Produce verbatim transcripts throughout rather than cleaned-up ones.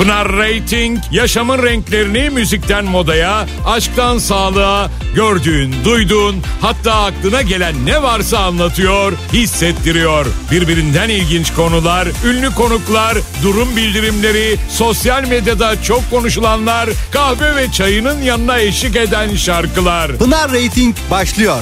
Pınar Rating, yaşamın renklerini müzikten modaya, aşktan sağlığa, gördüğün, duyduğun, hatta aklına gelen ne varsa anlatıyor, hissettiriyor. Birbirinden ilginç konular, ünlü konuklar, durum bildirimleri, sosyal medyada çok konuşulanlar, kahve ve çayının yanına eşlik eden şarkılar. Pınar Rating başlıyor.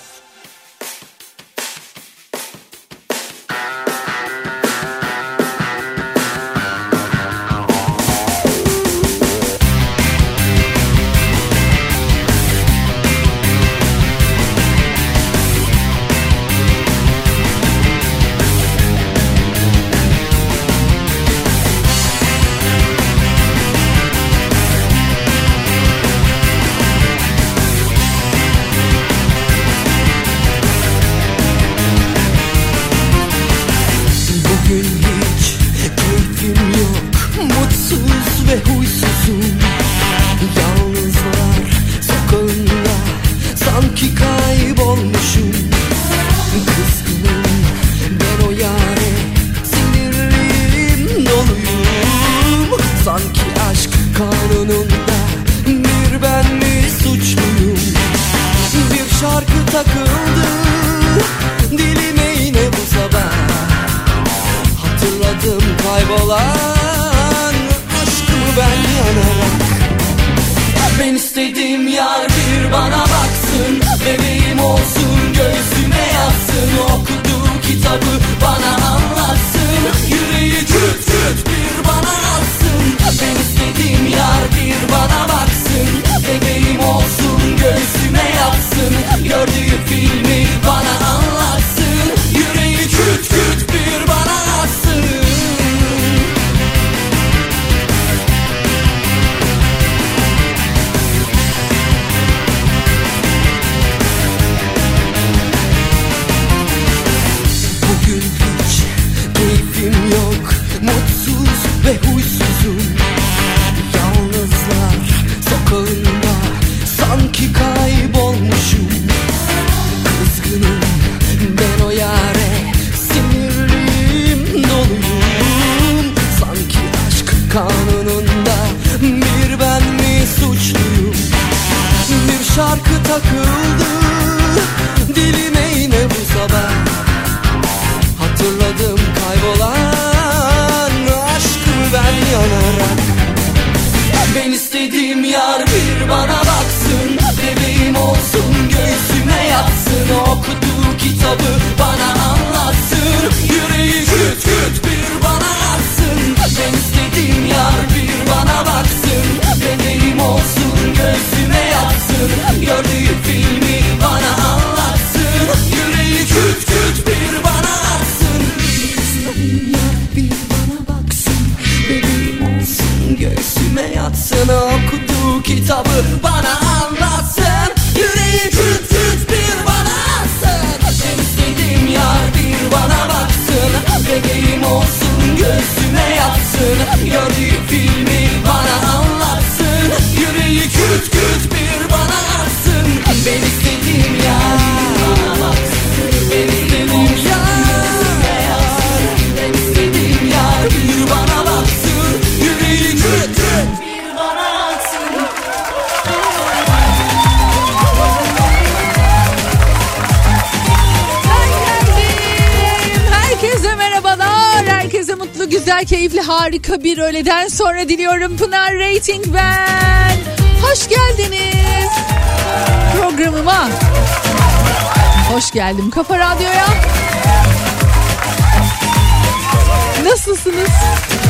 Harika bir öğleden sonra diliyorum. Pınar Rating ben. Hoş geldiniz programıma. Hoş geldim Kafa Radyo'ya. Nasılsınız?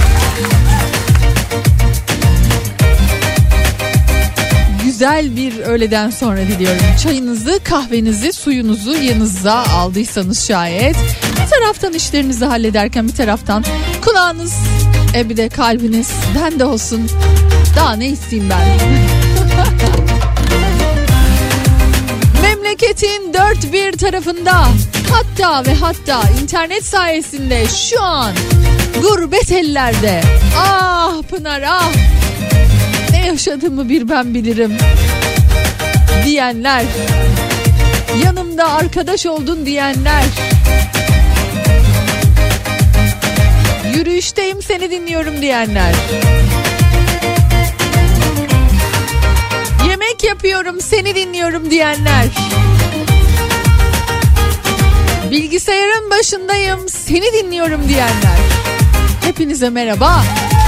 Güzel bir öğleden sonra diliyorum. Çayınızı, kahvenizi, suyunuzu yanınıza aldıysanız şayet. Bir taraftan işlerinizi hallederken bir taraftan kulağınız, e bir de kalbiniz bende olsun. Daha ne isteyeyim ben? Memleketin dört bir tarafında, hatta ve hatta internet sayesinde şu an gurbet ellerde. Ah Pınar ah, ne yaşadığımı bir ben bilirim diyenler, yanımda arkadaş oldun diyenler, Yürüyüşteyim seni dinliyorum diyenler. Yemek yapıyorum seni dinliyorum diyenler. Bilgisayarın başındayım seni dinliyorum diyenler. Hepinize merhaba.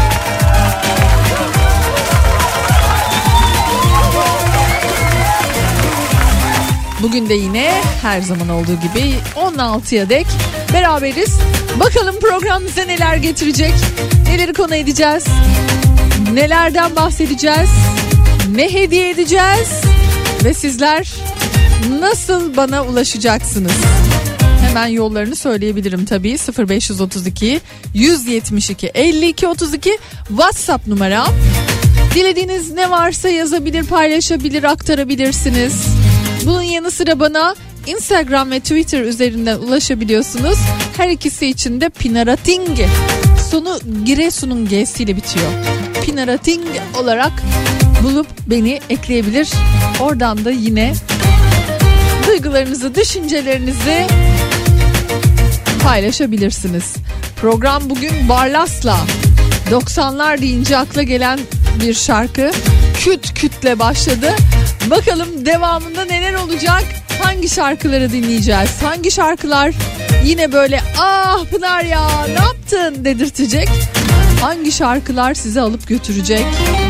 Bugün de yine her zaman olduğu gibi on altıya dek beraberiz. Bakalım program bize neler getirecek, neleri konu edeceğiz, nelerden bahsedeceğiz, ne hediye edeceğiz ve sizler nasıl bana ulaşacaksınız? Hemen yollarını söyleyebilirim tabii. sıfır beş otuz iki yüz yetmiş iki elli iki otuz iki WhatsApp numaram. Dilediğiniz ne varsa yazabilir, paylaşabilir, aktarabilirsiniz. Bunun yanı sıra bana Instagram ve Twitter üzerinden ulaşabiliyorsunuz. Her ikisi için de Pinarating, sonu Giresun'un G'siyle bitiyor. Pinarating olarak bulup beni ekleyebilir. Oradan da yine duygularınızı, düşüncelerinizi paylaşabilirsiniz. Program bugün Barlas'la doksanlar deyince akla gelen bir şarkı Küt Küt'le başladı. Bakalım devamında neler olacak? Hangi şarkıları dinleyeceğiz? Hangi şarkılar yine böyle ah Pınar ya ne yaptın dedirtecek? Hangi şarkılar sizi alıp götürecek?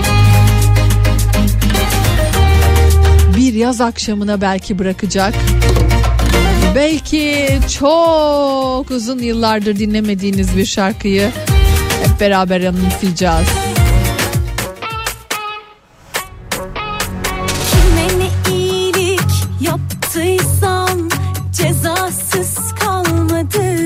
Bir yaz akşamına belki bırakacak. Belki çok uzun yıllardır dinlemediğiniz bir şarkıyı hep beraber anımsayacağız. Yaptıysam cezasız kalmadı.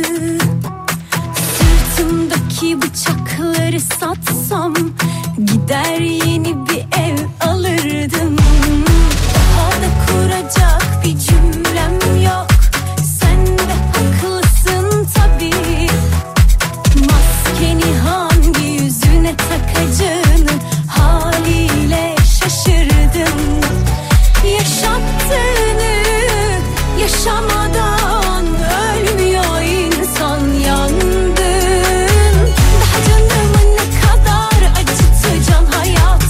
Sırtımdaki bıçakları satsam gider yeni bir ev alırdım. Daha da kuracak bir cümlem yok. Sen de haklısın tabii. Maskeni hangi yüzüne takacağını haliyle şaşırdım. Yaşattığını yaşamadan ölmüyor insan, yandın. Daha canımı ne kadar acıtacaksın hayat?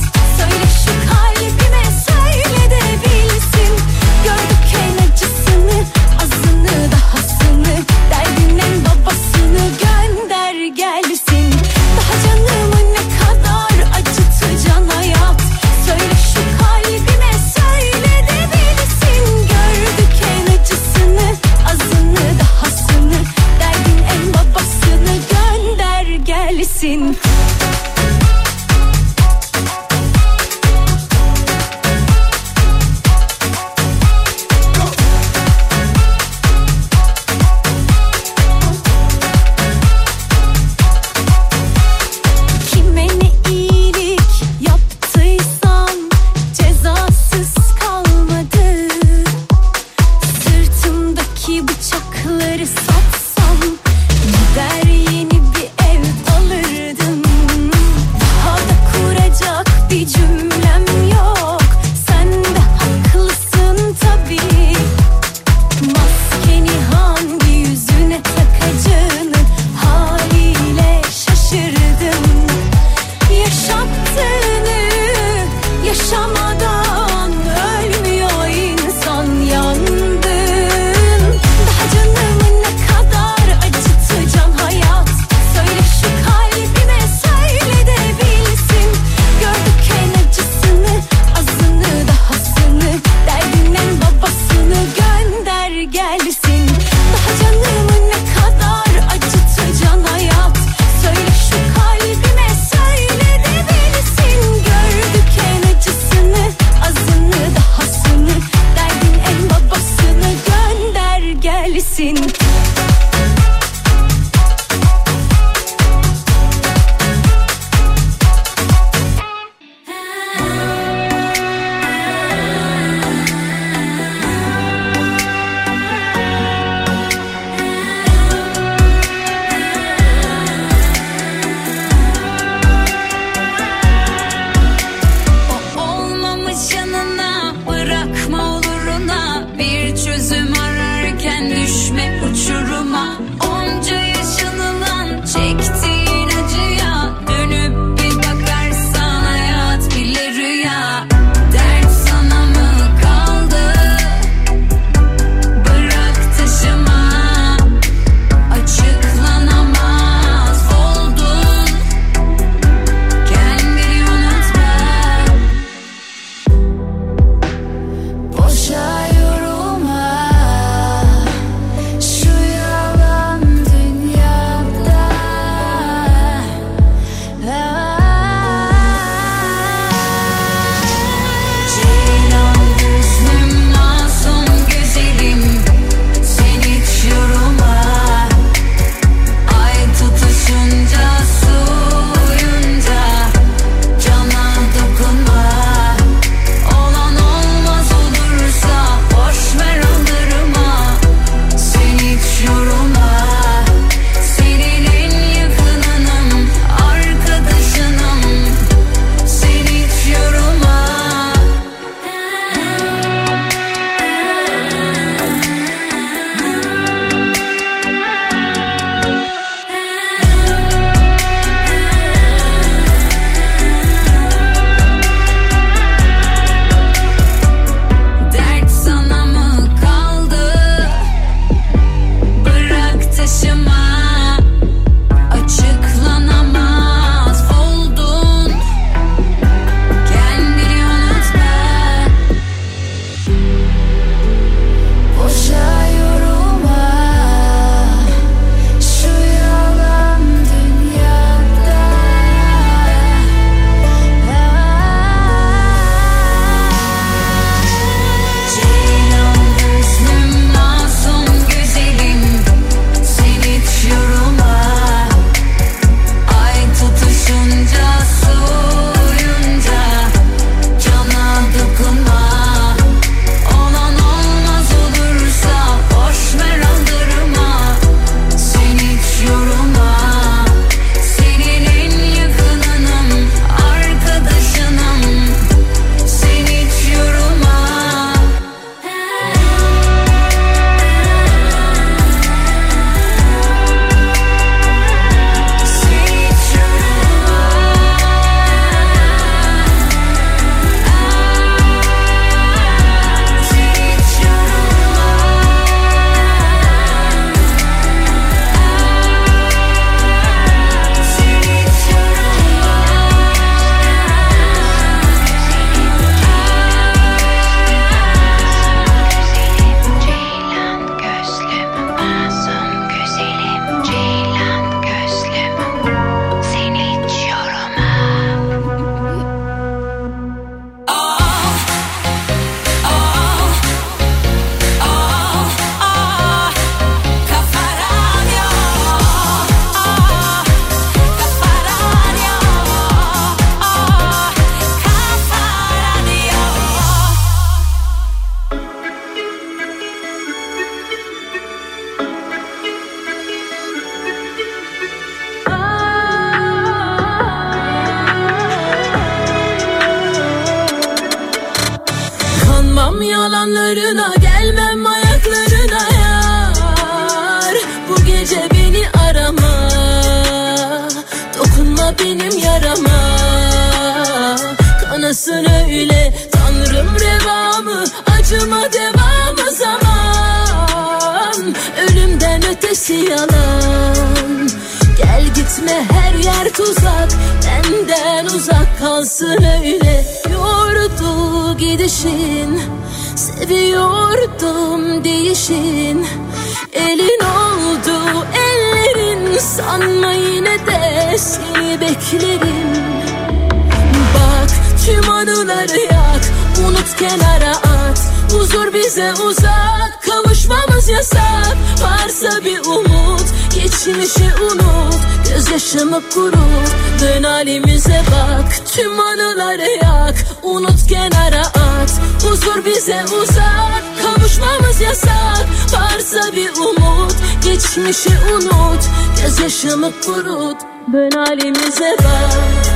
yoluma devam o zaman. Ölümden ötesi yalan. Gel gitme, her yer tuzak. Benden uzak kalsın öyle. Yordu gidişin, seviyordum değişin. Elin oldu ellerin, sanma yine de seni beklerim. Bak tüm anıları yak, unut kenara at. Huzur bize uzak, kavuşmamız yasak. Varsa bir umut, geçmişi unut. Gözyaşımı kurut, dön halimize bak. Tüm anıları yak, unut kenara at. Huzur bize uzak, kavuşmamız yasak. Varsa bir umut, geçmişi unut. Gözyaşımı kurut, dön halimize bak.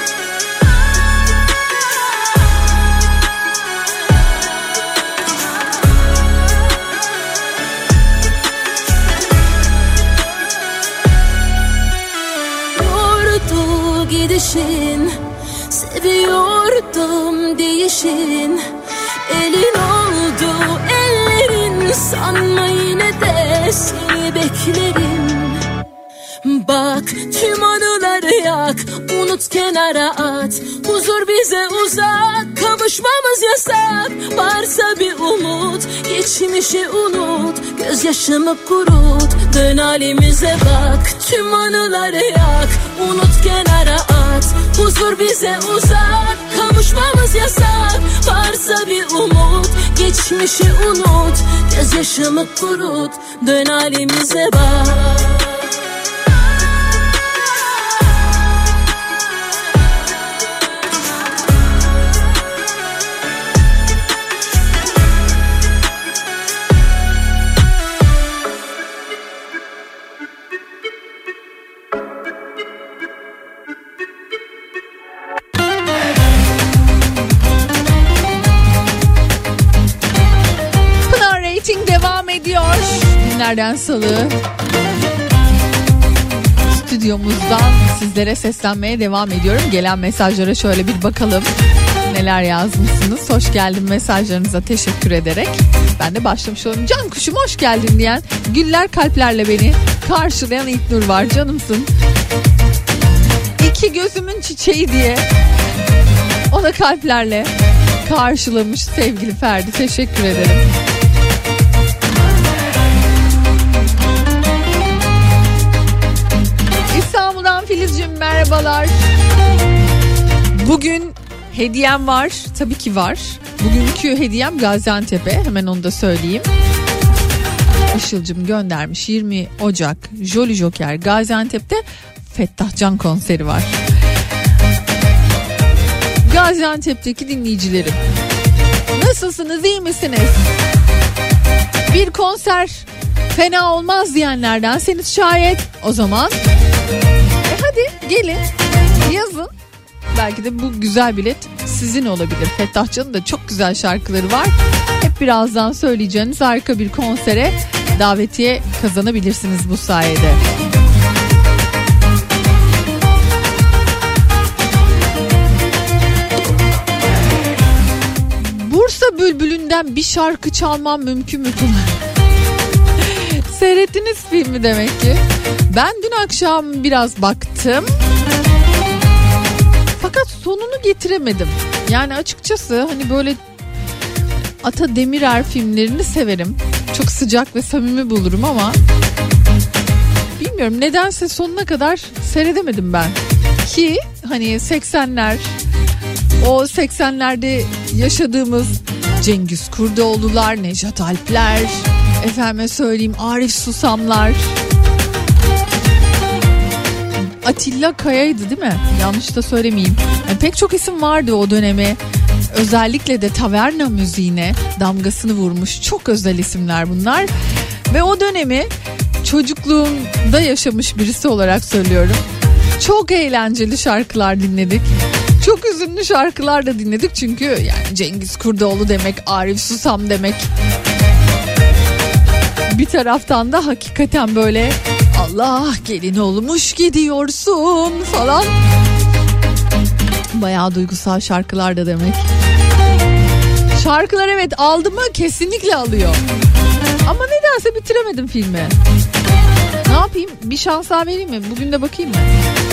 Gidişin, seviyordum değişin. Elin oldu ellerin, sanma yine de seni beklerim. Bak tüm anıları yak, unut kenara at. Huzur bize uzak, kavuşmamız yasak. Varsa bir umut, geçmişi unut. Gözyaşımı kurut, dön halimize bak. Tüm anıları yak, unut kenara at. Huzur bize uzak, kavuşmamız yasak. Varsa bir umut, geçmişi unut. Gözyaşımı kurut, dön halimize bak. Günlerden Salı stüdyomuzdan sizlere seslenmeye devam ediyorum. Gelen mesajlara şöyle bir bakalım. Neler yazmışsınız? Hoş geldin mesajlarınıza teşekkür ederek. Ben de başlamış olayım. Can kuşum hoş geldin diyen, güller kalplerle beni karşılayan İlknur var. Canımsın. İki gözümün çiçeği diye o da kalplerle karşılamış sevgili Ferdi. Teşekkür ederim. İstanbul'dan Filizciğim merhabalar. Bugün hediyem var. Tabii ki var. Bugünkü hediyem Gaziantep'e. Hemen onu da söyleyeyim. Işıl'cığım göndermiş. yirmi Ocak Jolly Joker Gaziantep'te Fettah Can konseri var. Gaziantep'teki dinleyicilerim, nasılsınız, iyi misiniz? Bir konser fena olmaz diyenlerdenseniz şayet, o zaman e hadi gelin yazın. Belki de bu güzel bilet sizin olabilir. Fettah Can'ın da çok güzel şarkıları var. Hep birazdan söyleyeceğiniz harika bir konsere davetiye kazanabilirsiniz bu sayede. Bursa Bülbülü'nden bir şarkı çalmam mümkün mü? Seyrettiniz filmi demek ki. Ben dün akşam biraz baktım. Fakat sonunu getiremedim. Yani açıkçası hani böyle Ata Demirer filmlerini severim. Çok sıcak ve samimi bulurum ama bilmiyorum nedense sonuna kadar seyredemedim ben. Ki hani seksenler, o seksenlerde yaşadığımız Cengiz Kurdoğlular, Nejat Alpler, efendime söyleyeyim Arif Susamlar, Atilla Kaya'ydı değil mi? Yanlış da söylemeyeyim. Yani pek çok isim vardı o döneme. Özellikle de taverna müziğine damgasını vurmuş çok özel isimler bunlar. Ve o dönemi çocukluğumda yaşamış birisi olarak söylüyorum. Çok eğlenceli şarkılar dinledik. Çok üzünlü şarkılar da dinledik. Çünkü yani Cengiz Kurdoğlu demek, Arif Susam demek. Bir taraftan da hakikaten böyle Allah gelin olmuş gidiyorsun falan. Bayağı duygusal şarkılar da demek. Şarkılar evet aldı mı kesinlikle alıyor. Ama nedense bitiremedim filmi. Ne yapayım? Bir şans daha vereyim mi? Bugün de bakayım mı?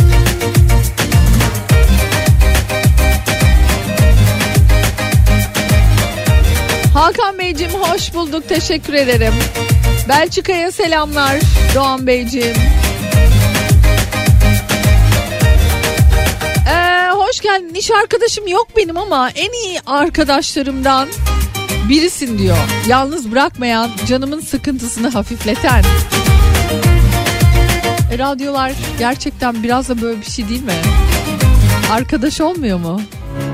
Hakan Beyciğim hoş bulduk. Teşekkür ederim. Belçika'ya selamlar Doğan Beyciğim. Ee, hoş geldin. İş arkadaşım yok benim ama en iyi arkadaşlarımdan birisin diyor. Yalnız bırakmayan, canımın sıkıntısını hafifleten. E, radyolar gerçekten biraz da böyle bir şey değil mi? Arkadaş olmuyor mu?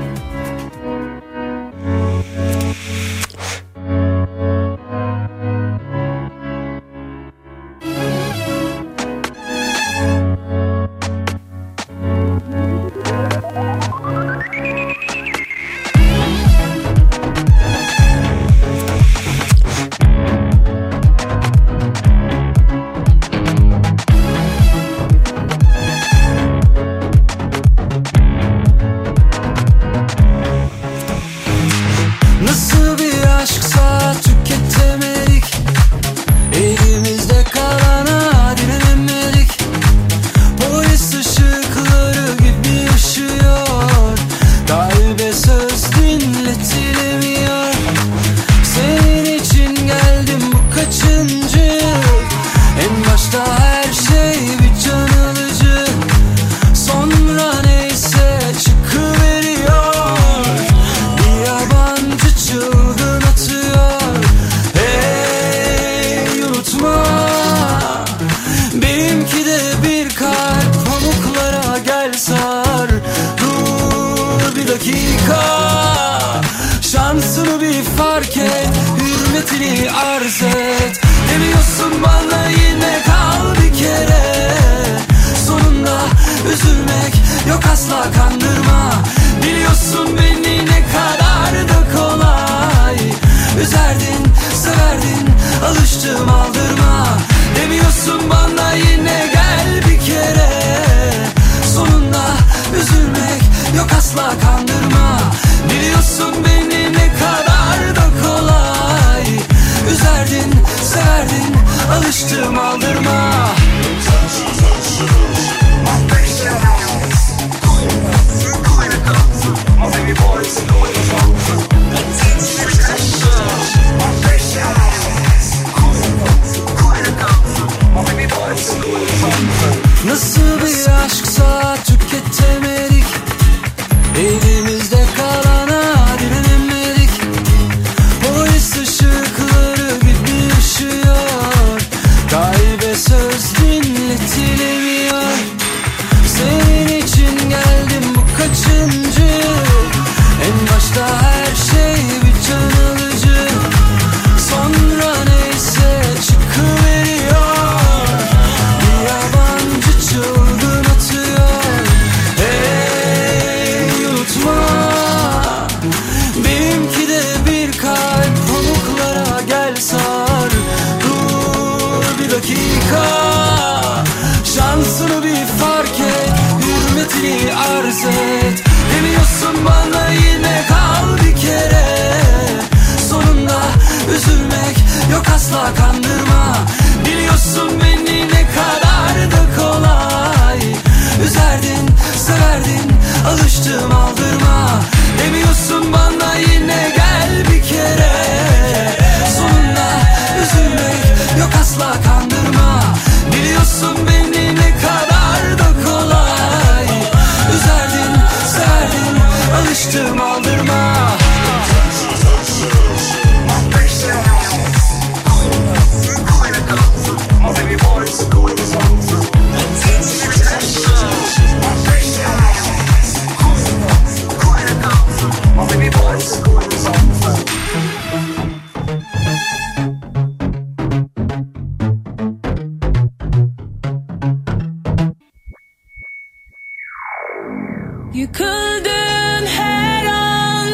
Yıkıldın her an,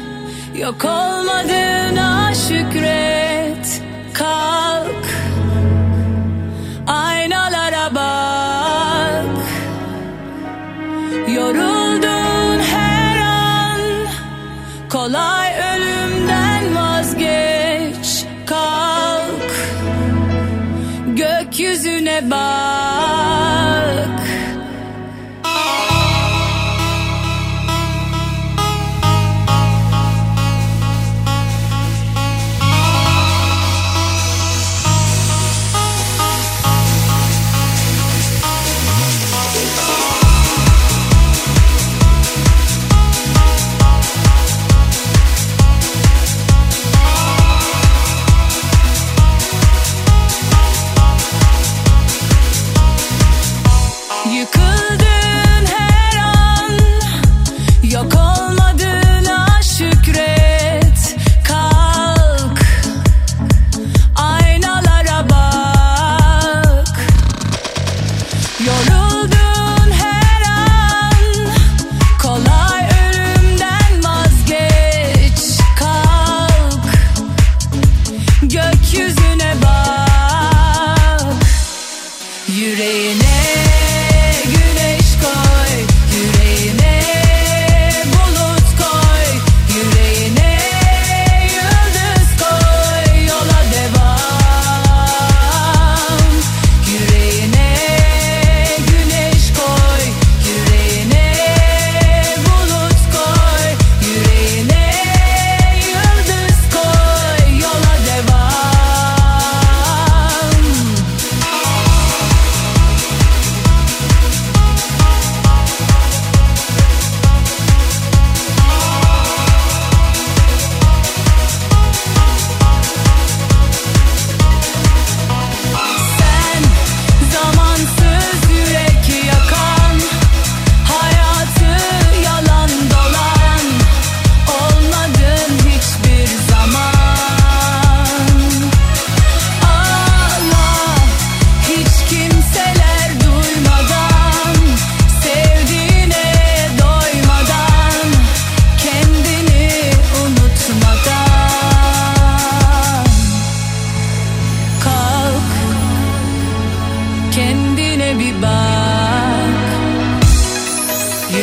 yok olmadığına şükret. Kalk, aynalara bak. Yoruldun her an, kolay ölümden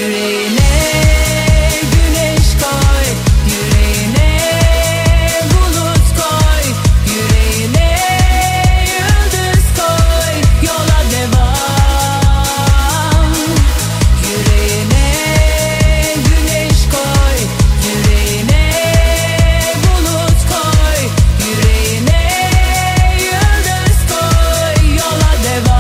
Yüreğine güneş koy, yüreğine bulut koy, yüreğine yıldız koy, yola devam. Yüreğine güneş koy, yüreğine bulut koy, yüreğine yıldız koy, yola devam.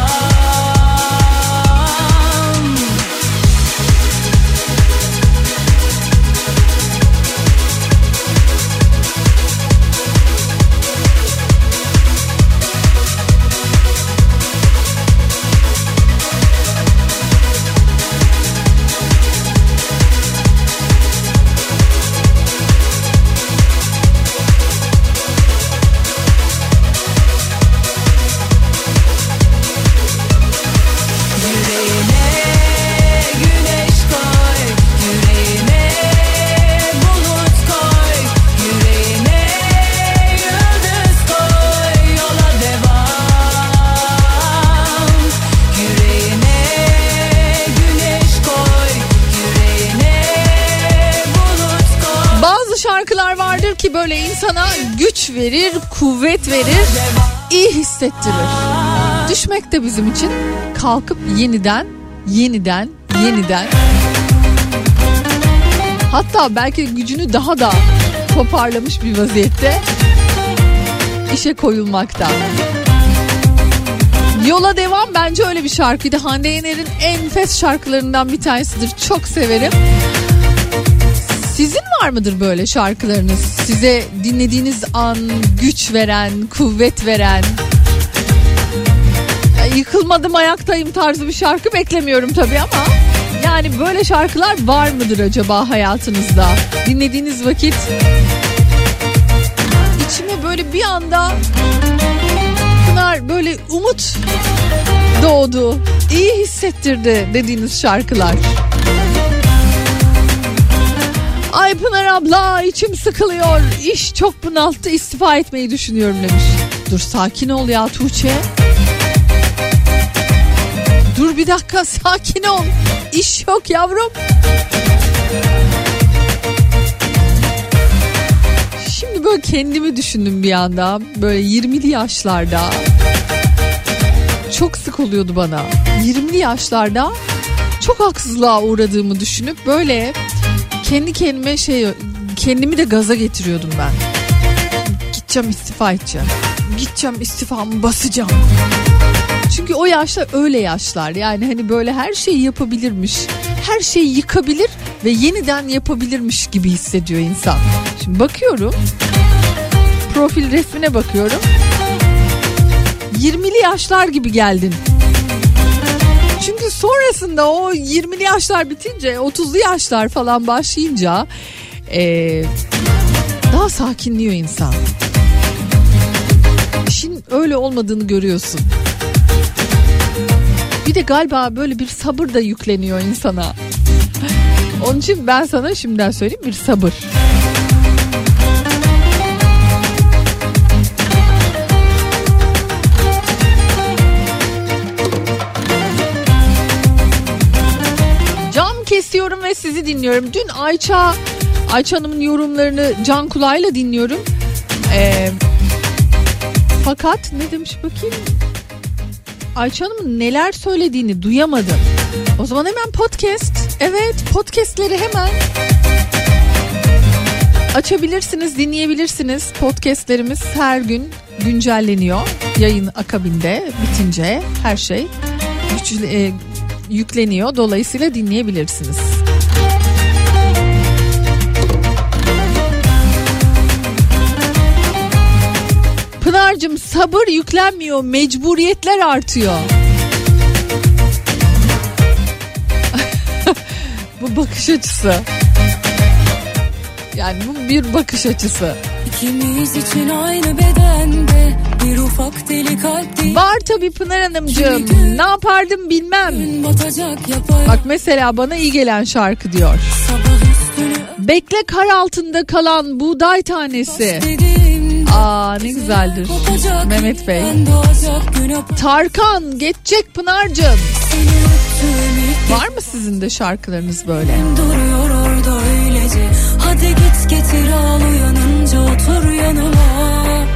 Yüreğine güneş koy, yüreğine bulut koy, yüreğine yıldız koy, yola devam. Yüreğine güneş koy, yüreğine bulut koy. Bazı şarkılar vardır ki böyle insana güç verir, kuvvet verir, iyi hissettirir. Düşmek de bizim için kalkıp yeniden, yeniden, yeniden. Hatta belki gücünü daha da toparlamış bir vaziyette işe koyulmakta. Yola devam bence öyle bir şarkıydı. Hande Yener'in enfes şarkılarından bir tanesidir. Çok severim. Sizin var mıdır böyle şarkılarınız? Size dinlediğiniz an güç veren, kuvvet veren, ya yıkılmadım ayaktayım tarzı bir şarkı beklemiyorum tabii ama yani böyle şarkılar var mıdır acaba hayatınızda? Dinlediğiniz vakit içime böyle bir anda Pınar böyle umut doğdu, iyi hissettirdi dediğiniz şarkılar. Ay Pınar abla içim sıkılıyor, iş çok bunalttı, istifa etmeyi düşünüyorum demiş. Dur sakin ol ya Tuğçe. Dur bir dakika sakin ol, iş yok yavrum. Şimdi böyle kendimi düşündüm bir anda, böyle yirmili yaşlarda. Çok sık oluyordu bana. yirmili yaşlarda çok haksızlığa uğradığımı düşünüp böyle kendi kendime şey, kendimi de gaza getiriyordum ben. Gideceğim istifa edeceğim. Gideceğim istifamı basacağım. Çünkü o yaşlar öyle yaşlar. Yani hani böyle her şeyi yapabilirmiş. Her şeyi yıkabilir ve yeniden yapabilirmiş gibi hissediyor insan. Şimdi bakıyorum. Profil resmine bakıyorum. yirmili yaşlar gibi geldin. Çünkü sonrasında o yirmili yaşlar bitince otuzlu yaşlar falan başlayınca ee, daha sakinliyor insan. İşin öyle olmadığını görüyorsun. Bir de galiba böyle bir sabır da yükleniyor insana. Onun için ben sana şimdiden söyleyeyim, bir sabır. Kesiyorum ve sizi dinliyorum. Dün Ayça Ayça Hanım'ın yorumlarını can kulağıyla dinliyorum. Ee, fakat ne demiş bakayım? Ayça Hanım'ın neler söylediğini duyamadım. O zaman hemen podcast. Evet, podcastleri hemen açabilirsiniz, dinleyebilirsiniz. Podcastlerimiz her gün güncelleniyor. Yayın akabinde bitince her şey güçlü, e, yükleniyor. Dolayısıyla dinleyebilirsiniz. Pınar'cığım sabır yüklenmiyor, mecburiyetler artıyor. Bu bakış açısı. Yani bu bir bakış açısı. İkimiz için aynı bedende bir ufak deli kalp değil. Var tabii Pınar Hanımcığım. Ne yapardım bilmem. Bak mesela bana iyi gelen şarkı diyor. Bekle kar altında kalan buğday tanesi. Aa ne güzeldir Mehmet Bey. Tarkan geçecek Pınar'cığım. öptüğüm ilk Var mı sizin de şarkılarınız böyle? duruyor orada öylece. Hadi git getir al, uyanınca otur yanıma.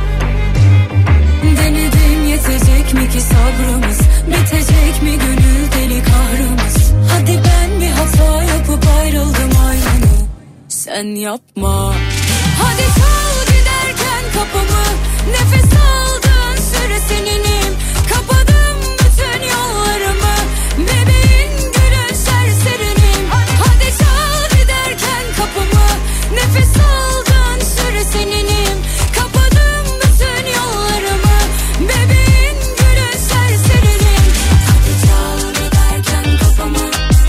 Denedim, yetecek mi ki sabrımız, bitecek mi gönül deli kahrımız. Hadi ben bir hata yapıp ayrıldım aynını, sen yapma. Hadi çal giderken kapımı, nefes aldığın süre seninim. Kapadım bütün yollarımı, bebeğin gülün serserinim. Hadi çal giderken kapımı, nefes aldığın süre seninim. Kapadım bütün yollarımı, bebeğin gülün serserinim. Hadi çal giderken kapımı,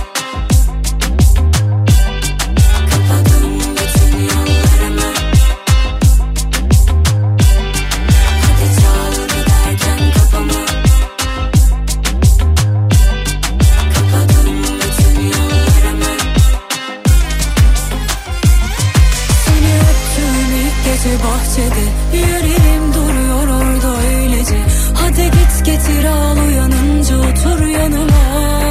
kapadım bütün yollarımı. Hadi çal giderken kapımı, kapadım bütün yollarımı. Seni öptüğüm ilk gece bahçede, yüreğim duruyor orada öylece. Hadi git getir al, uyanınca otur yanıma.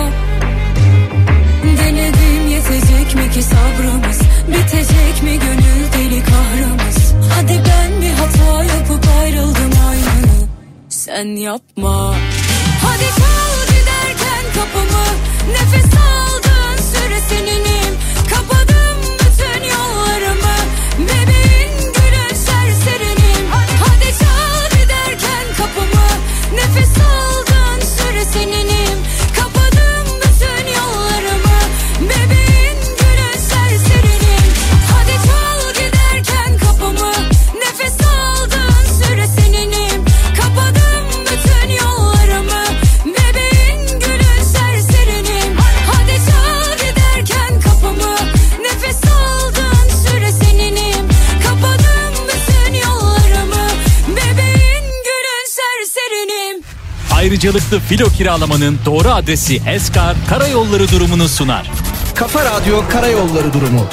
Denedim, yetecek mi ki sabrımız, bitecek mi gönül deli kahrımız. Hadi ben bir hata yapıp ayrıldım aynını, sen yapma. Hadi çal giderken kapımı, nefes aldığın süre seninim. Kapadım bütün yollarımı, bebeğin gülün serserinim. Hadi çal giderken kapımı, nefes aldığın süre seninim. Kapadım bütün yollarımı, bebeğin gülün serserinim. Hadi çal giderken kapımı, nefes aldığın süre seninim. Kapadım bütün yollarımı, bebeğin gülün serserinim. Hadi çal giderken kapımı, nefes aldığın süre seninim. Kapadım bütün yollarımı, bebeğin gülün serserinim. Ayrıcalıklı filo kiralamanın doğru adresi Eskar Karayolları durumunu sunar. Kafa Radyo Karayolları durumu.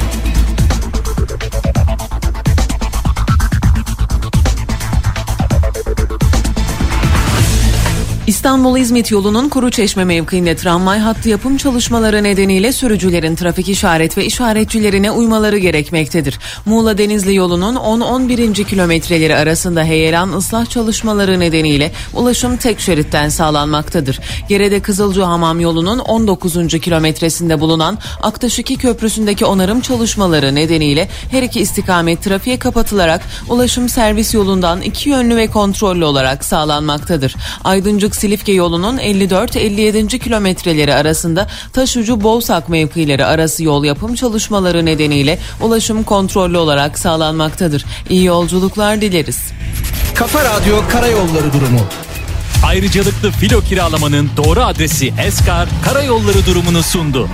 İstanbul-İzmit yolunun Kuruçeşme mevkiinde tramvay hattı yapım çalışmaları nedeniyle sürücülerin trafik işaret ve işaretçilerine uymaları gerekmektedir. Muğla-Denizli yolunun on on birinci kilometreleri arasında heyelan ıslah çalışmaları nedeniyle ulaşım tek şeritten sağlanmaktadır. Gerede Kızılcahamam yolunun on dokuzuncu kilometresinde bulunan Aktaş iki Köprüsü'ndeki onarım çalışmaları nedeniyle her iki istikamet trafiğe kapatılarak ulaşım servis yolundan iki yönlü ve kontrollü olarak sağlanmaktadır. Aydıncık Silifke yolunun elli dört elli yedinci kilometreleri arasında Taşucu Bovsak mevkileri arası yol yapım çalışmaları nedeniyle ulaşım kontrollü olarak sağlanmaktadır. İyi yolculuklar dileriz. Kafa Radyo Karayolları durumu. Ayrıcalıklı filo kiralamanın doğru adresi Eskar Karayolları durumunu sundu.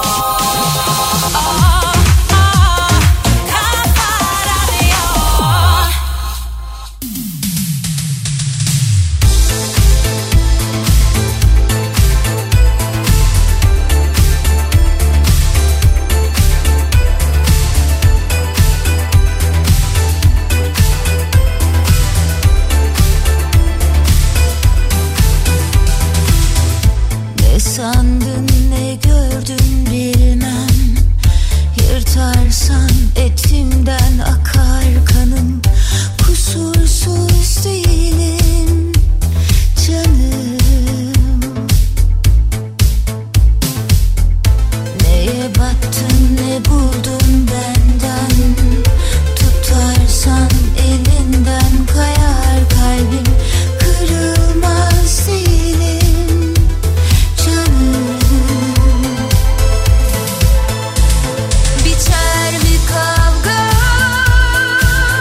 Ne sandın, ne gördün bilmem. Yırtarsan etimden akar kanım. Kusursuz değilim canım. Neye baktın, ne buldun benden. Tutarsan elinden kayar kalbim. Kırılmaz değilim canım. Biter mi kavga?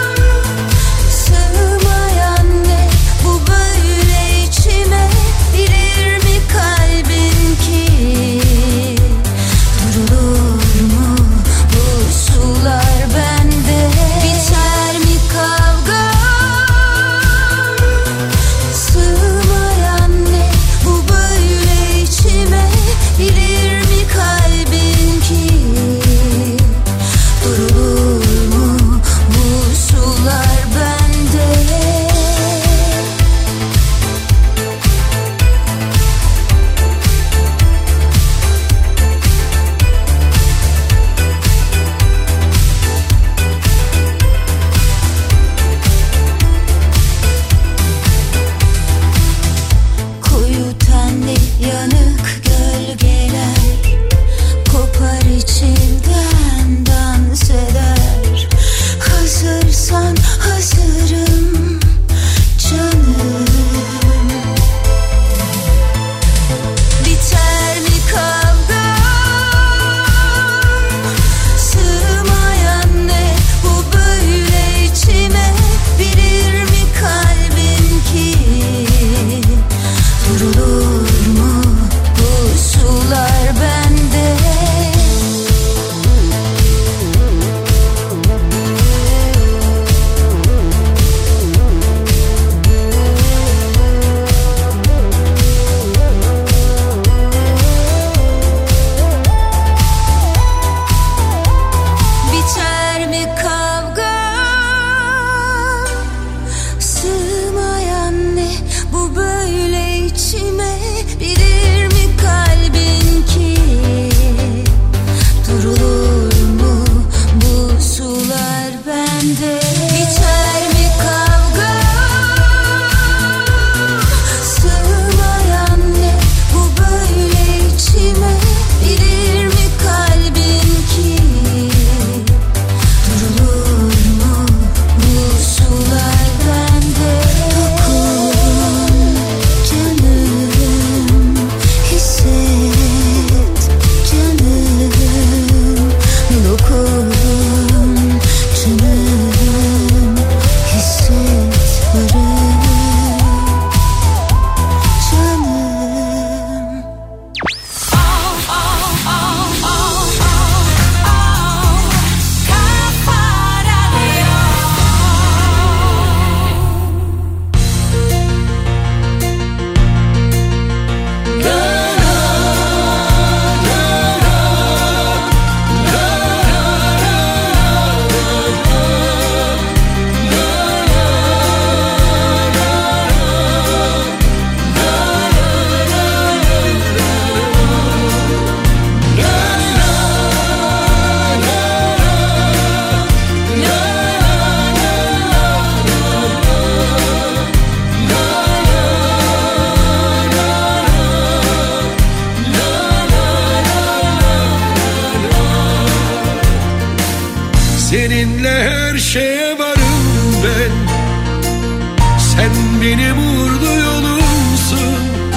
Seninle her şeye varım ben. Sen benim uğurlu yolumsun.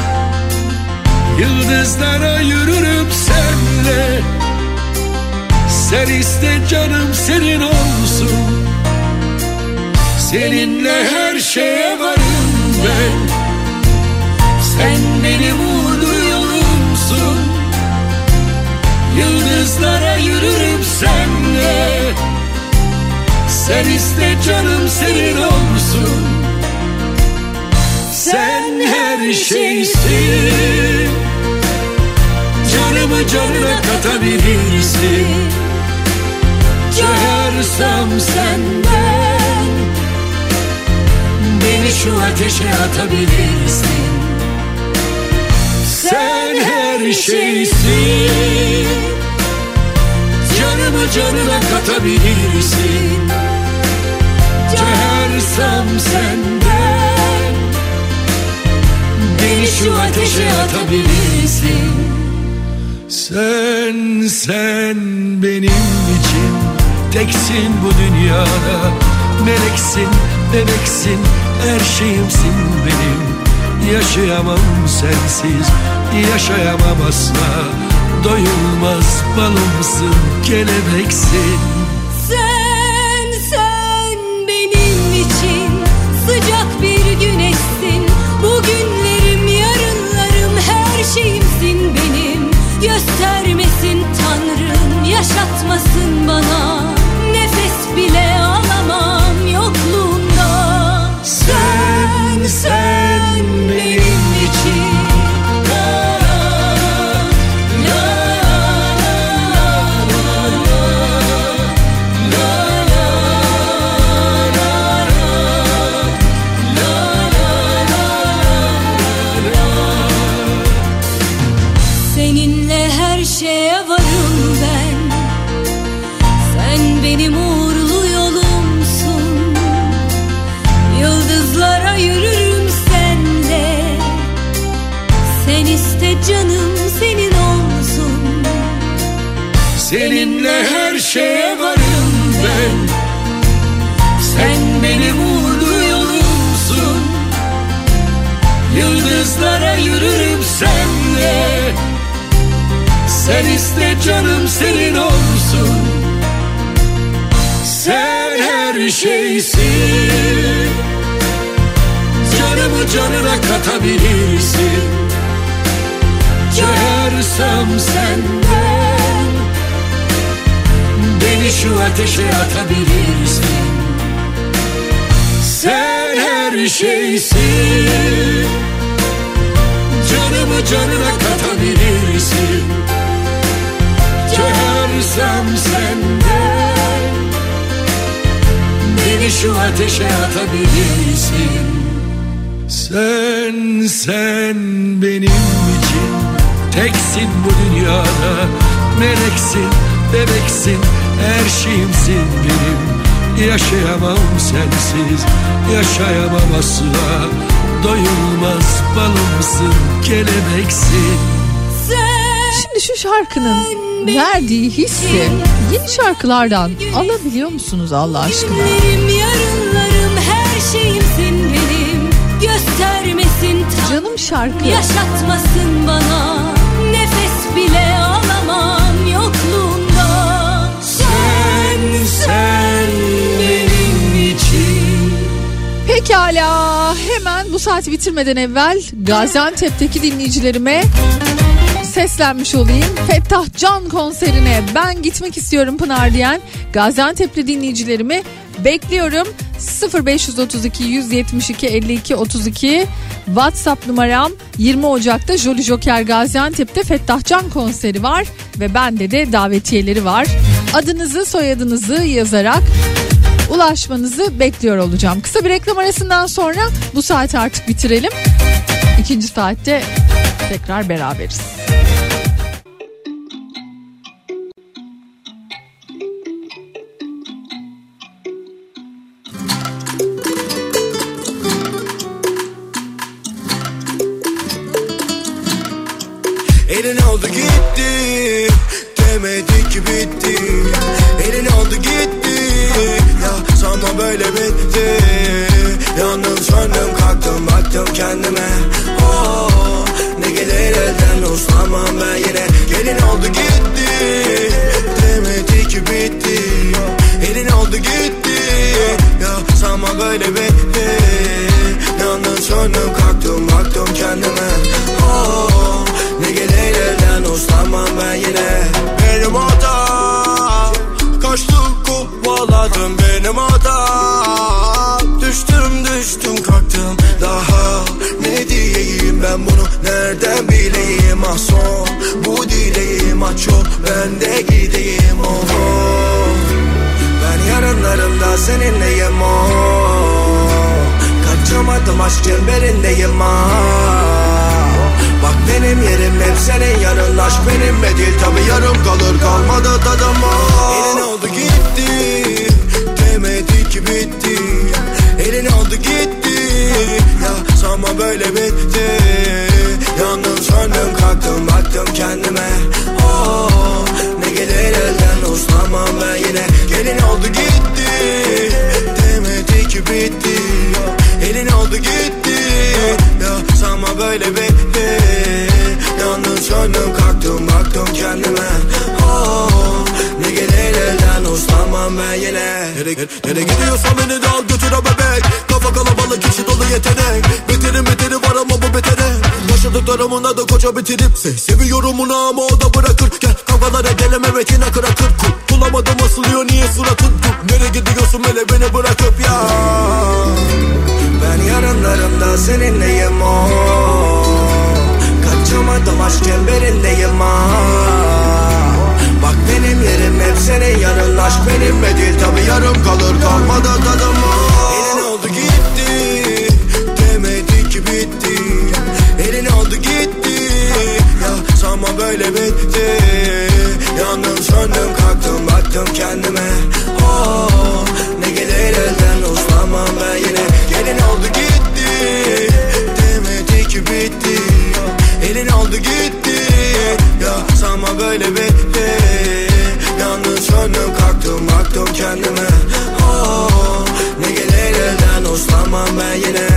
Yıldızlara yürürüm senle. Sen iste canım senin olsun. Seninle her şeye varım ben. Sen benim uğurlu yolumsun. Yıldızlara yürürüm senle. Sen iste canım senin olsun. Sen her şeysin. Canımı canına katabilirsin. Cöhersem senden. Beni şu ateşe atabilirsin. Sen her şeysin. Canımı canına katabilirsin. Cöhersem senden. Beni şu ateşe atabilirsin. Sen, sen benim için teksin bu dünyada. Meleksin, bebeksin, her şeyimsin benim. Yaşayamam sensiz, yaşayamam asla. Doyulmaz balımsın, kelebeksin. Sen, sen benim için sıcak bir güneşsin. Bugünlerim, yarınlarım, her şeyimsin benim. Göstermesin Tanrım, yaşatmasın bana. Nefes bile alamam yokluğunda. Sen, sen benim için. Seninle her şeye varım ben. Sen benim uğurlu yolumsun. Yıldızlara yürürüm senle. Sen iste canım senin olsun. Seninle her şeye varım ben. Sen benim uğurlu yolumsun. Yıldızlara yürürüm senle. Sen iste canım senin olsun. Sen her şeysin. Canımı canına katabilirsin. Cöhersem senden. Beni şu ateşe atabilirsin. Sen her şeysin. Canımı canına katabilirsin. Cöhersem senden. Beni şu ateşe atabilirsin. Sen, sen benim için teksin bu dünyada. Meleksin, bebeksin, her şeyimsin benim. Yaşayamam sensiz, yaşayamam asla. Doyulmaz balımsın, kelebeksin. Şimdi şu şarkının verdiği hissi yeni şarkılardan alabiliyor musunuz Allah aşkına? Günlerim, yarınlarım, her şeyimsin benim. Göstermesin Tanrım, Canım şarkı. yaşatmasın bana. Nefes bile alamam yokluğunda. Sen, sen benim için. Pekala, hemen bu saati bitirmeden evvel Gaziantep'teki dinleyicilerime seslenmiş olayım. Fettah Can konserine ben gitmek istiyorum Pınar diyen Gaziantep'li dinleyicilerimi bekliyorum. sıfır beş otuz iki yüz yetmiş iki elli iki otuz iki WhatsApp numaram. Yirmi Ocak'ta Jolly Joker Gaziantep'te Fettah Can konseri var ve bende de davetiyeleri var. Adınızı, soyadınızı yazarak ulaşmanızı bekliyor olacağım. Kısa bir reklam arasından sonra bu saati artık bitirelim. İkinci saatte tekrar beraberiz. Elin oldu gitti, demedik ki bitti. Elin oldu gitti, Ama böyle bitti. Yalnız söndüm kalktım baktım kendime. Oh, ne gelir elden uslanmam ben yine. Benim hatam, kaçtım kovaladım benim hatam. Düştüm düştüm kalktım daha ne diyeyim ben bunu nereden bileyim. Ah son bu dileğim aç ol ben de gideyim. Oh, oh. Ben yarınlarımda seninleyim oh. Kaçamadım aşk çemberindeyim ah. Bak benim yerim hep senin yanın. Aşk benimle değil tabi yarım kalır kalmadı tadım oh. Elin oldu gitti demedi ki bitti. Elin oldu gitti ya sanma böyle bitti. Yandım söndüm kalktım baktım kendime. Oh, ne gelir elden uslanmam ben yine. Gelin oldu gitti demedi ki bitti. Elin oldu gitti ya sanma böyle bitti. Yandım söndüm kalktım baktım kendime. Oh, ne gelir elden uslanmam ben yine. Nereye, nereye gidiyorsan beni de al götür o bebek. Kafa kalabalık içi dolu yetenek. Biterim biteri var ama bu betere. Yaşadıklarımın adı koca bitirip se seviyorum onu ama o da bırakır. Gel kavgalar edelim evet yine kırakır. Bulamadım asılıyor niye suratın. Nereye gidiyorsun hele beni bırakıp ya. Ben yarınlarımda seninleyim oh. Kaçamadım aşk çemberindeyim ah. Bak benim yerim hep senin yanın. Aşk benimle değil tabi yarım kalır kalmadı tadım oh. Elin oldu gitti demedi ki bitti. Elin oldu gitti ya sanma böyle bitti. Yandım söndüm kalktım baktım kendime. Oh, ne gelir elden uslanmam ben yine. Gelin oldu gitti demedi ki bitti. Elin oldu gitti ya sanma böyle bitti. Yandım söndüm kalktım baktım kendime. Oh, ne gelir elden uslanmam ben yine.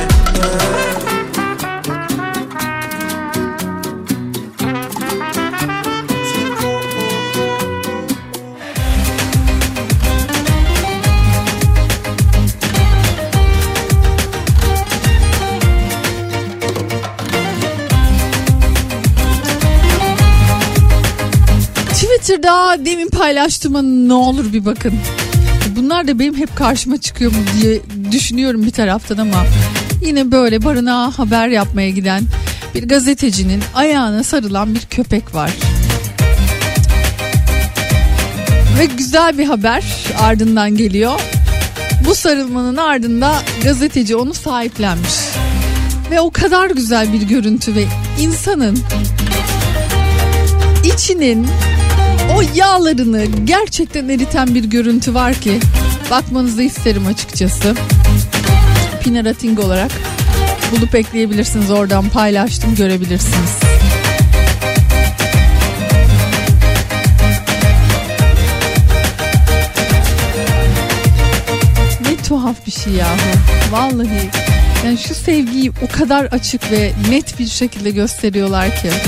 Twitter'da demin paylaştığıma ne olur bir bakın. Bunlar da benim hep karşıma çıkıyor mu diye düşünüyorum bir taraftan ama yine böyle barınağa haber yapmaya giden bir gazetecinin ayağına sarılan bir köpek var. Ve güzel bir haber ardından geliyor. Bu sarılmanın ardında gazeteci onu sahiplenmiş. Ve o kadar güzel bir görüntü ve insanın içinin o yağlarını gerçekten eriten bir görüntü var ki bakmanızı isterim açıkçası. Pinarating olarak bulup ekleyebilirsiniz, oradan paylaştım, görebilirsiniz. Ne tuhaf bir şey yahu. Vallahi yani şu sevgiyi o kadar açık ve net bir şekilde gösteriyorlar ki.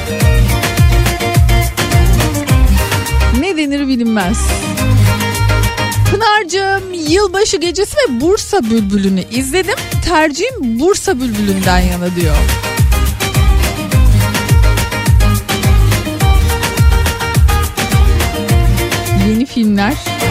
Ne denir bilinmez. Pınar'cığım, Yılbaşı Gecesi ve Bursa Bülbülü'nü izledim. Tercihim Bursa Bülbülü'nden yana diyor. Yeni filmler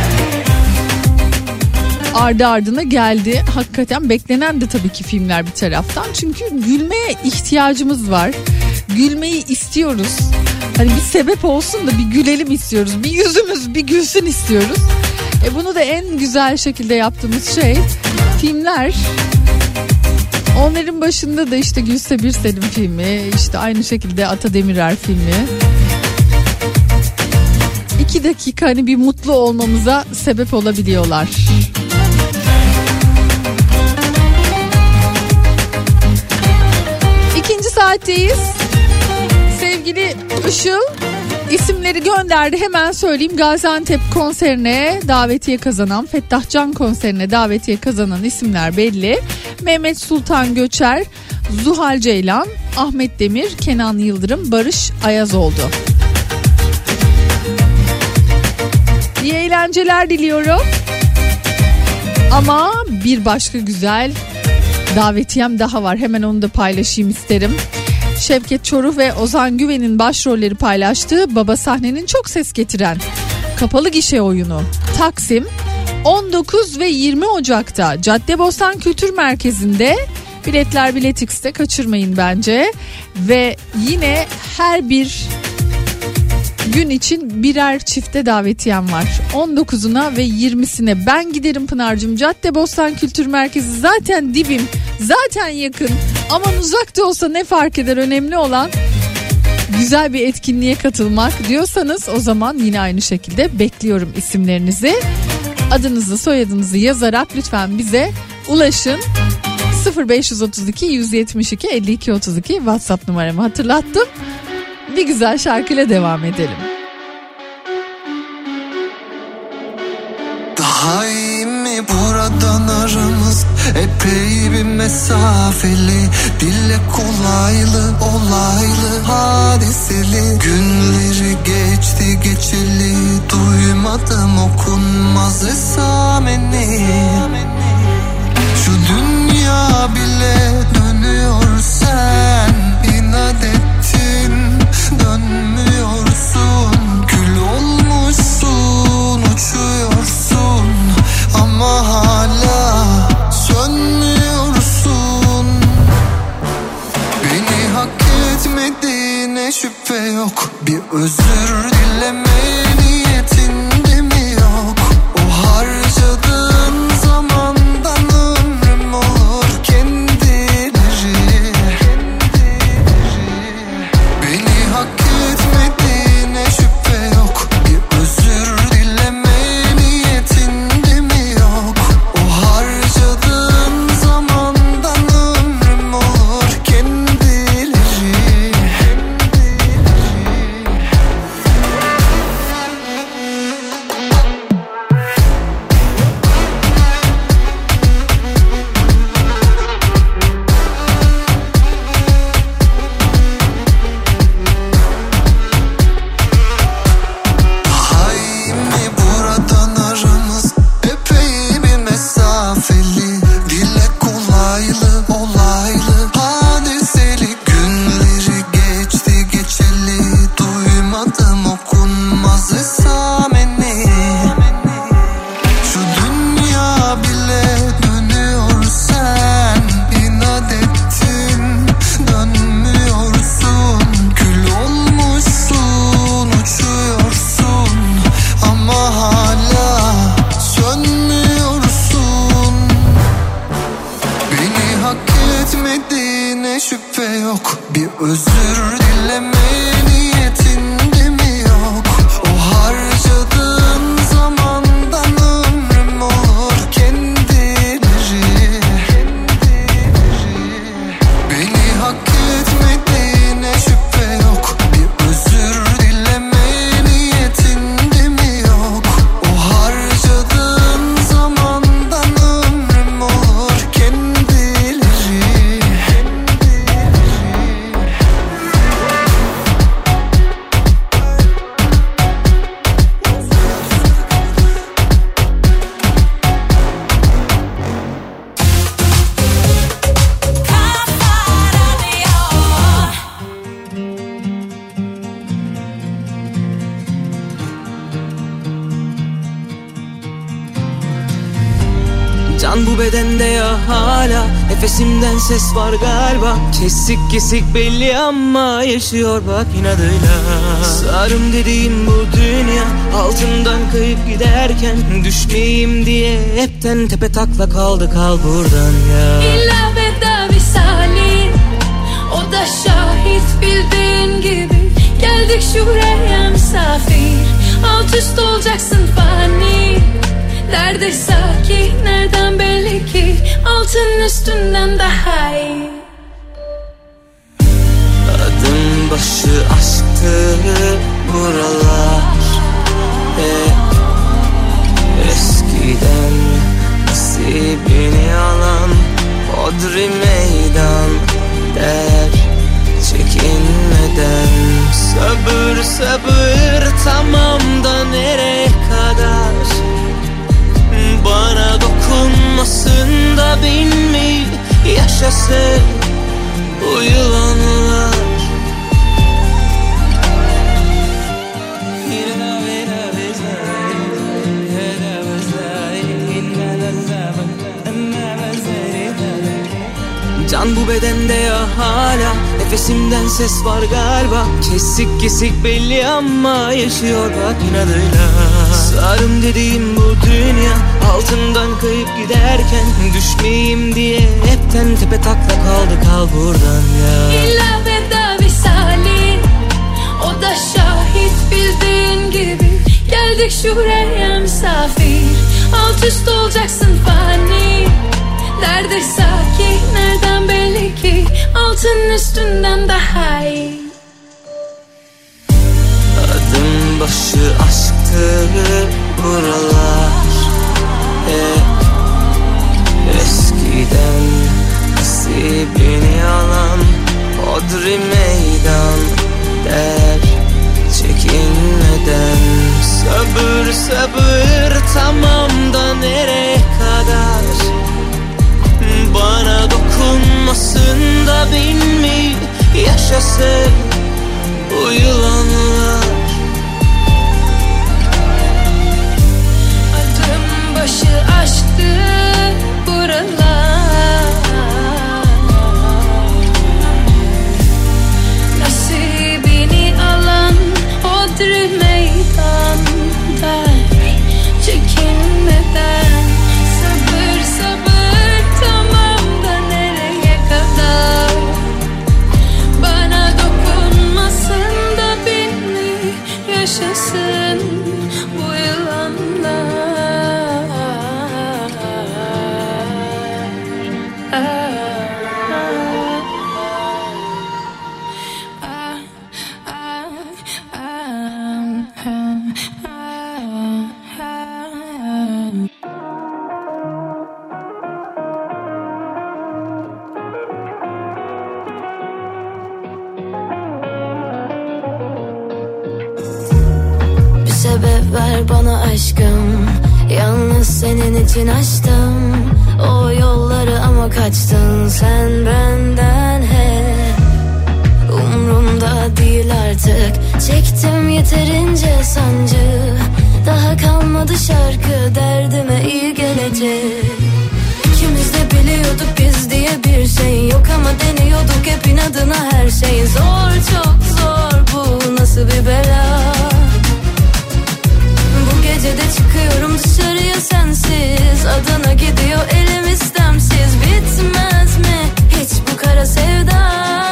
ardı ardına geldi. Hakikaten beklenen de tabii ki filmler bir taraftan. Çünkü gülmeye ihtiyacımız var. Gülmeyi istiyoruz. Hani bir sebep olsun da bir gülelim istiyoruz. Bir yüzümüz bir gülsün istiyoruz. E bunu da en güzel şekilde yaptığımız şey filmler. Onların başında da işte Gülse Birsel'in filmi, işte aynı şekilde Ata Demirer filmi. İki dakika hani bir mutlu olmamıza sebep olabiliyorlar. İkinci saatteyiz. Sevgili Işıl isimleri gönderdi, hemen söyleyeyim. Gaziantep konserine davetiye kazanan, Fettah Can konserine davetiye kazanan isimler belli. Mehmet Sultan Göçer, Zuhal Ceylan, Ahmet Demir, Kenan Yıldırım, Barış Ayazoğlu. İyi eğlenceler diliyorum. Ama bir başka güzel davetiyem daha var. Hemen onu da paylaşayım isterim. Şevket Çoruh ve Ozan Güven'in başrolleri paylaştığı Baba Sahne'nin çok ses getiren kapalı gişe oyunu Taksim on dokuz ve yirmi Ocak'ta Caddebostan Kültür Merkezi'nde. Biletler Biletix'te, kaçırmayın bence. Ve yine her bir gün için birer çifte davetiyem var. on dokuzuna ve yirmisine ben giderim Pınar'cığım. Caddebostan Kültür Merkezi zaten dibim, zaten yakın. Aman uzak da olsa ne fark eder, önemli olan güzel bir etkinliğe katılmak diyorsanız o zaman yine aynı şekilde bekliyorum isimlerinizi. Adınızı, soyadınızı yazarak lütfen bize ulaşın. sıfır beş otuz iki yüz yetmiş iki elli iki otuz iki WhatsApp numaramı hatırlattım. Bir güzel şarkıyla devam edelim. Daha iyi mi buradan aramız epey bir mesafeli, dille kolaylı olaylı hadiseli, günleri geçti geçeli, duymadım okunmaz esameni. Şu dünya bile dönüyor, sen inat ettin dönmüyorsun, gül olmuşsun uçuyorsun ama hala sönmüyorsun. Beni hak etmediğine şüphe yok, bir özür dileme niyetinde mi yok? O harcadığın zamandan ömrüm olur kendileri. Beni hak etmediğine şüphe yok, bir özür dileme niyetinde mi yok? O harcadığın zamandan ömrüm olur kendileri. Daha iyi mi buradan aramız epey bir mesafeli, dile kolaylı olaylı hadiseli, günleri geçti geçeli, duymadım okunmaz esameni. Şu dünya bile dönüyor, sen inat ettin dönmüyorsun, gül olmuşsun uçuyorsun ama hala sönmüyorsun. Beni hak etmediğine şüphe yok, bir özür dileme niyetinde mi yok? O harcadığın zamandan ömrüm olur kendileri. Beni hak etmediğine şüphe yok, bir özür dileme niyetinde mi yok? O harcadığın zamandan ömrüm olur kendileri. Can bu bedende ya hala, nefesimden ses var galiba, kesik kesik belli ama yaşıyor bak inadıyla. Sarım dediğim bu dünya, altından kayıp giderken düşmeyeyim diye hepten tepe takla kaldı, kal buradan ya. İlla veda visali, o da şahit bildiğin gibi. Geldik şuraya misafir, alt üst olacaksın fani. Nerede sakin, nereden belli ki altın üstünden daha iyi. Adım başı aşktı buralar, hep eskiden nasibini alan hodri meydan der çekinmeden. Sabır sabır tamam da nereye kadar? Bana dokunmasın yaşasın bu yılanlar. Can bu bedende ya hala, nefesimden ses var galiba. Kesik kesik belli ama yaşıyor bak inadıyla. Sarım dediğim bu dünya, altından kayıp giderken düşmeyeyim diye hepten tepe takla kaldı, kal buradan ya. İlla veda visali, o da şahit bildiğin gibi. Geldik şuraya misafir, alt üst olacaksın fani. Nerede sakin, nereden belli ki altın üstünden daha iyi. Adım başı aşktı buralar hep eskiden. Nasibini alan hodri meydan der çekinmeden. Sabır sabır tamam da nereye kadar? Bana dokunmasın da bin mi yaşasın bu yılanlar. Adım başı aşktı buralar, nasibini alan hodri meydan der çekinmeden. Sabır sabır tamam da nereye kadar? Bana dokunmasın da bin mi yaşasın bu yılanlar. Ah, ah, ah, ah, ah, ah, ah. Bir sebep ver bana aşkım, yalnız senin için açtım o yolları ama kaçtın sen benden hep. Umrumda değil artık, çektim yeterince sancı. Daha kalmadı şarkı derdime iyi gelecek. İkimiz de biliyorduk biz diye bir şey yok ama deniyorduk hep inadına her şey. Zor çok zor, bu nasıl bir bela? Bu gece de çıkıyorum dışarıya sensiz, Adana gidiyor elim istemsiz. Bitmez mi hiç bu kara sevda?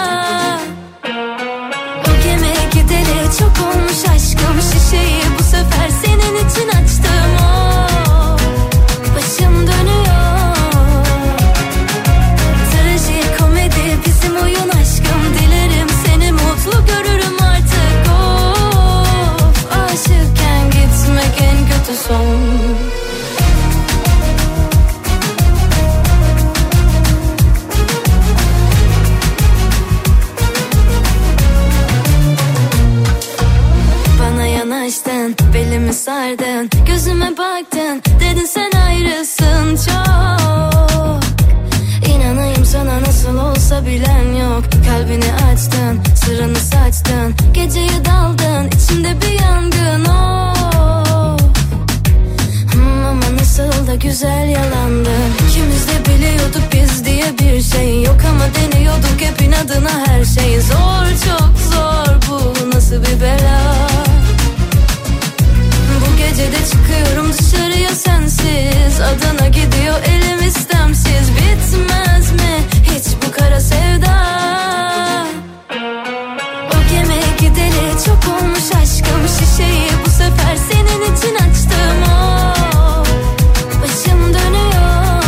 O gemiye gideli çok olmuş aşkım, şişeyi bu sefer senin için açtım. Oh, başım dönüyor. Trajikomedi bizim oyun aşkım, dilerim seni mutlu görürüm artık. Of, aşıkken gitmek en kötü son. Bana yanaştın, belimi sardın, gözüme baktın, dedin sen ayrısın çok. İnanayım sana nasıl olsa bilen yok. Kalbini açtın, sırrını saçtın, geceye daldın, içimde bir yangın. Oh, hmm, ama nasıl da güzel yalandın. İkimiz de biliyorduk biz diye bir şey yok ama deniyorduk hep inadına her şey. Zor çok zor, bu nasıl bir bela? Bu gece de çıkıyorum dışarıya sensiz, Adana gidiyor elim istemsiz. Bitmez mi hiç bu kara sevda? O gemiye gideli çok olmuş aşkım, şişeyi bu sefer senin için açtım. Oh, başım dönüyor.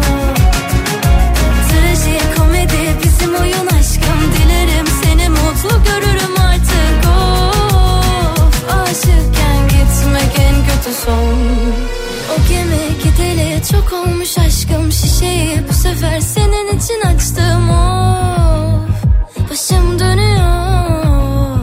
Trajikomedi bizim oyun aşkım, dilerim seni mutlu görürüm artık. Of, aşıkken gitmek en kötü son. O gemiye gideli çok olmuş aşkım, şişeyi bu sefer senin için açtım. Of, başım dönüyor.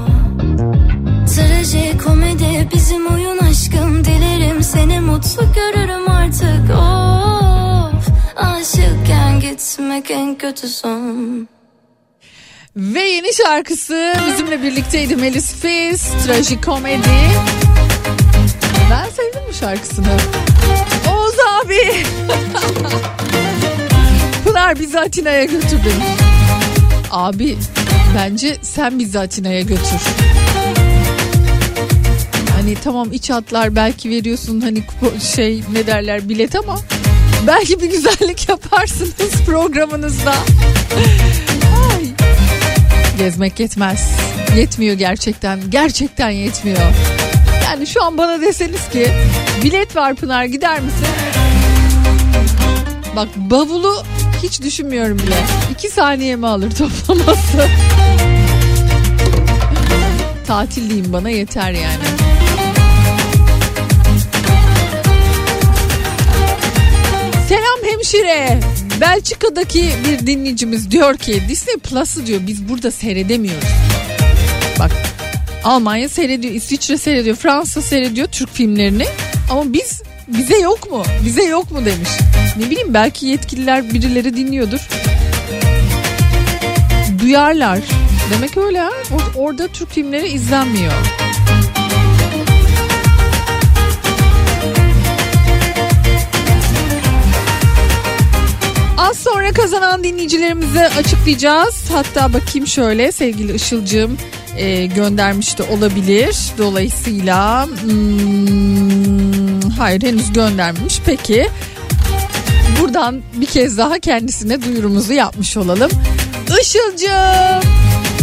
Trajikomedi bizim oyun aşkım, dilerim seni mutlu görürüm artık. Of, aşıkken gitmek sevmek en kötü son. Ve yeni şarkısı bizimle birlikteydi Melis Fis, Trajikomedi. Ben sevdim bu şarkısını. Oğuz abi. Pınar bizi Atina'ya götür demiş. Abi bence sen bizi Atina'ya götür. Hani tamam iç hatlar belki veriyorsun hani şey ne derler bilet ama belki bir güzellik yaparsınız programınızda. Ay. Gezmek yetmez. Yetmiyor gerçekten. Gerçekten yetmiyor. Yani şu an bana deseniz ki bilet var Pınar gider misin? Bak bavulu hiç düşünmüyorum bile. İki saniyemi alır toplaması. Tatil diyeyim bana yeter yani. Selam hemşire. Belçika'daki bir dinleyicimiz diyor ki Disney Plus'ı diyor biz burada seyredemiyoruz. Bak Almanya seyrediyor, İsviçre seyrediyor, Fransa seyrediyor Türk filmlerini ama biz bize yok mu? Bize yok mu demiş. Ne bileyim belki yetkililer birileri dinliyordur. Duyarlar. Demek öyle ha. Or- orada Türk filmleri izlenmiyor. Az sonra kazanan dinleyicilerimize açıklayacağız. Hatta bakayım şöyle sevgili Işılcığım e, göndermiş de olabilir. Dolayısıyla hmm, hayır henüz göndermemiş. Peki buradan bir kez daha kendisine duyurumuzu yapmış olalım. Işılcığım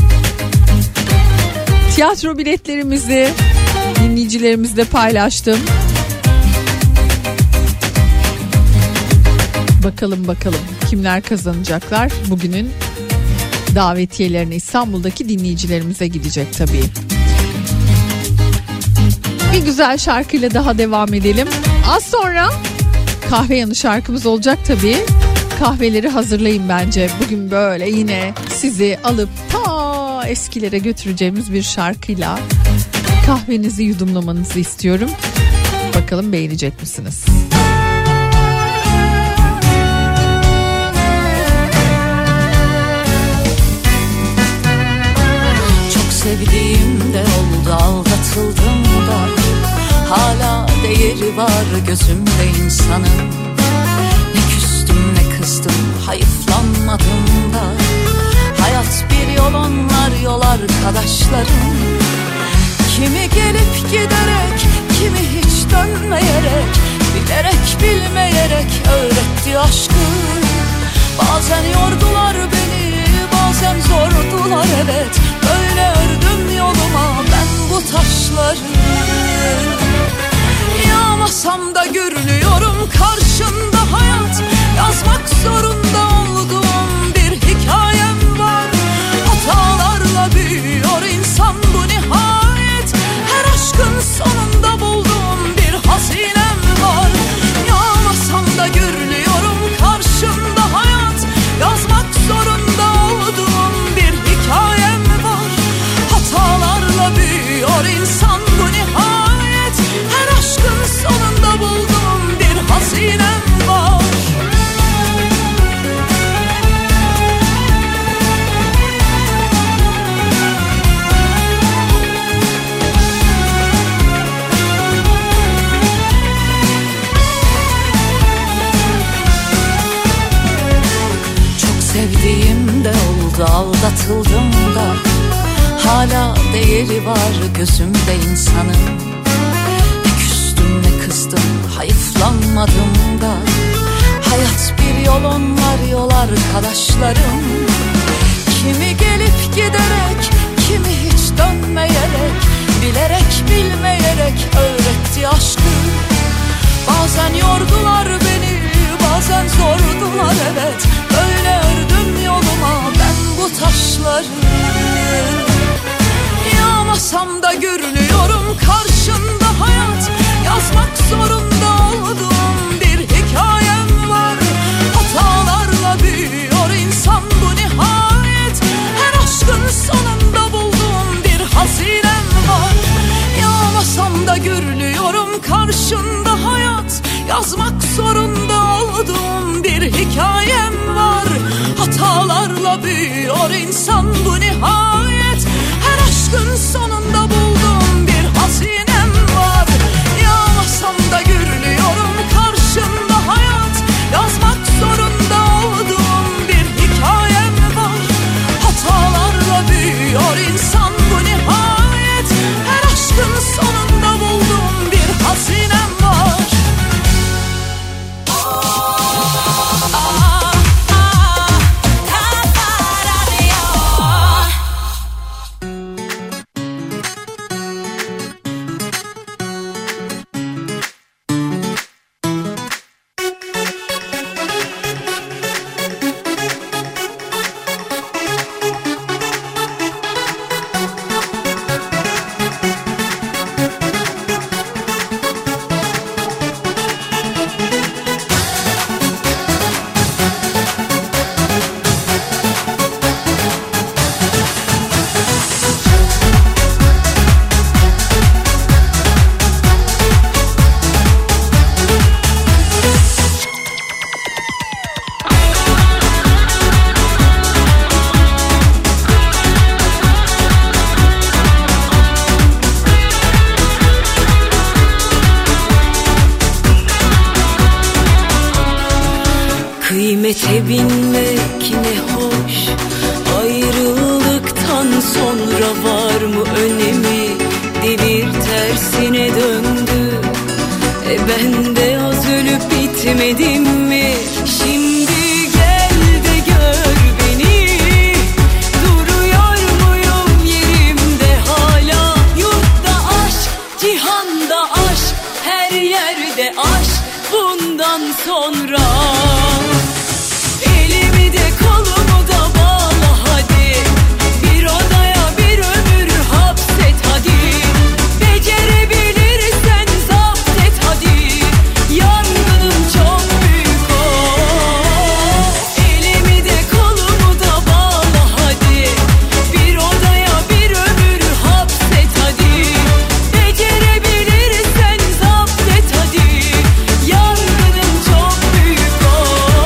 tiyatro biletlerimizi dinleyicilerimizle paylaştım. Bakalım bakalım kimler kazanacaklar. Bugünün davetiyelerini İstanbul'daki dinleyicilerimize gidecek tabii. Bir güzel şarkıyla daha devam edelim. Az sonra kahve yanı şarkımız olacak tabii. Kahveleri hazırlayın bence. Bugün böyle yine sizi alıp ta eskilere götüreceğimiz bir şarkıyla kahvenizi yudumlamanızı istiyorum. Bakalım beğenecek misiniz? Sevdiğimde oldu aldatıldım da hala değeri var gözümde insanın. Ne küstüm ne kızdım hayıflanmadım da hayat bir yol onlar yol arkadaşlarım. Kimi gelip giderek kimi hiç dönmeyerek bilerek bilmeyerek öğretti aşkı. Bazen yordular beni bazen zordular evet. Öyle ördüm yoluma ben bu taşları. Yağmasam da görünüyorum karşında hayat. Yazmak zorunda olduğum bir hikayem var. Hatalarla büyüyor insan bu nihayet. Her aşkın sonunda bulduğum bir hazinem var. Yağmasam da görünüyorum karşında hayat. Yazmak zorunda olduğum bir hikayem var. Hatalarla büyüyor insan bu nihayet. Her aşkın sonunda bulduğum bir hazinem var. Çok sevdiğimde oldu aldatıldım da hala değeri var gözümde insanın. Ne küstüm ne kızdım hayıflanmadım da hayat bir yol onlar yol arkadaşlarım. Kimi gelip giderek kimi hiç dönmeyerek bilerek bilmeyerek öğretti aşkı. Bazen yordular beni bazen zordular evet. Öyle ördüm yoluma ben bu taşları. Yağmasam da görünüyorum karşında hayat. Yazmak zorunda olduğum bir hikayem var. Hatalarla büyüyor insan bu nihayet. Her aşkın sonunda bulduğum bir hazinem var. Yağmasam da görünüyorum karşında hayat. Yazmak zorunda olduğum bir hikayem var. büyüyor insan bu nihayet. Her aşkın sonunda buldum bir hazinem var. Yağmasam da gürlüyorum karşımda hayat. Yazmak zorunda olduğum bir hikayem var. Hatalarla büyüyor insan bu nihayet. Her aşkın sonunda buldum bir hazinem var. Kıymete binmek ne hoş. Ayrıldıktan sonra var mı önemi? Devir tersine döndü. E ben de az ölüp bitmedim mi? Şimdi gel de gör beni. Duruyor muyum yerimde hala? Yurtta aşk, cihanda aşk, her yerde aşk. Bundan sonra elimi de kolumu da bağla hadi. Bir odaya bir ömür hapset hadi. Becerebilirsen zapt et hadi. Yangınım çok büyük o. Elimi de kolumu da bağla hadi. Bir odaya bir ömür hapset hadi. Becerebilirsen zapt et hadi. Yangınım çok büyük o.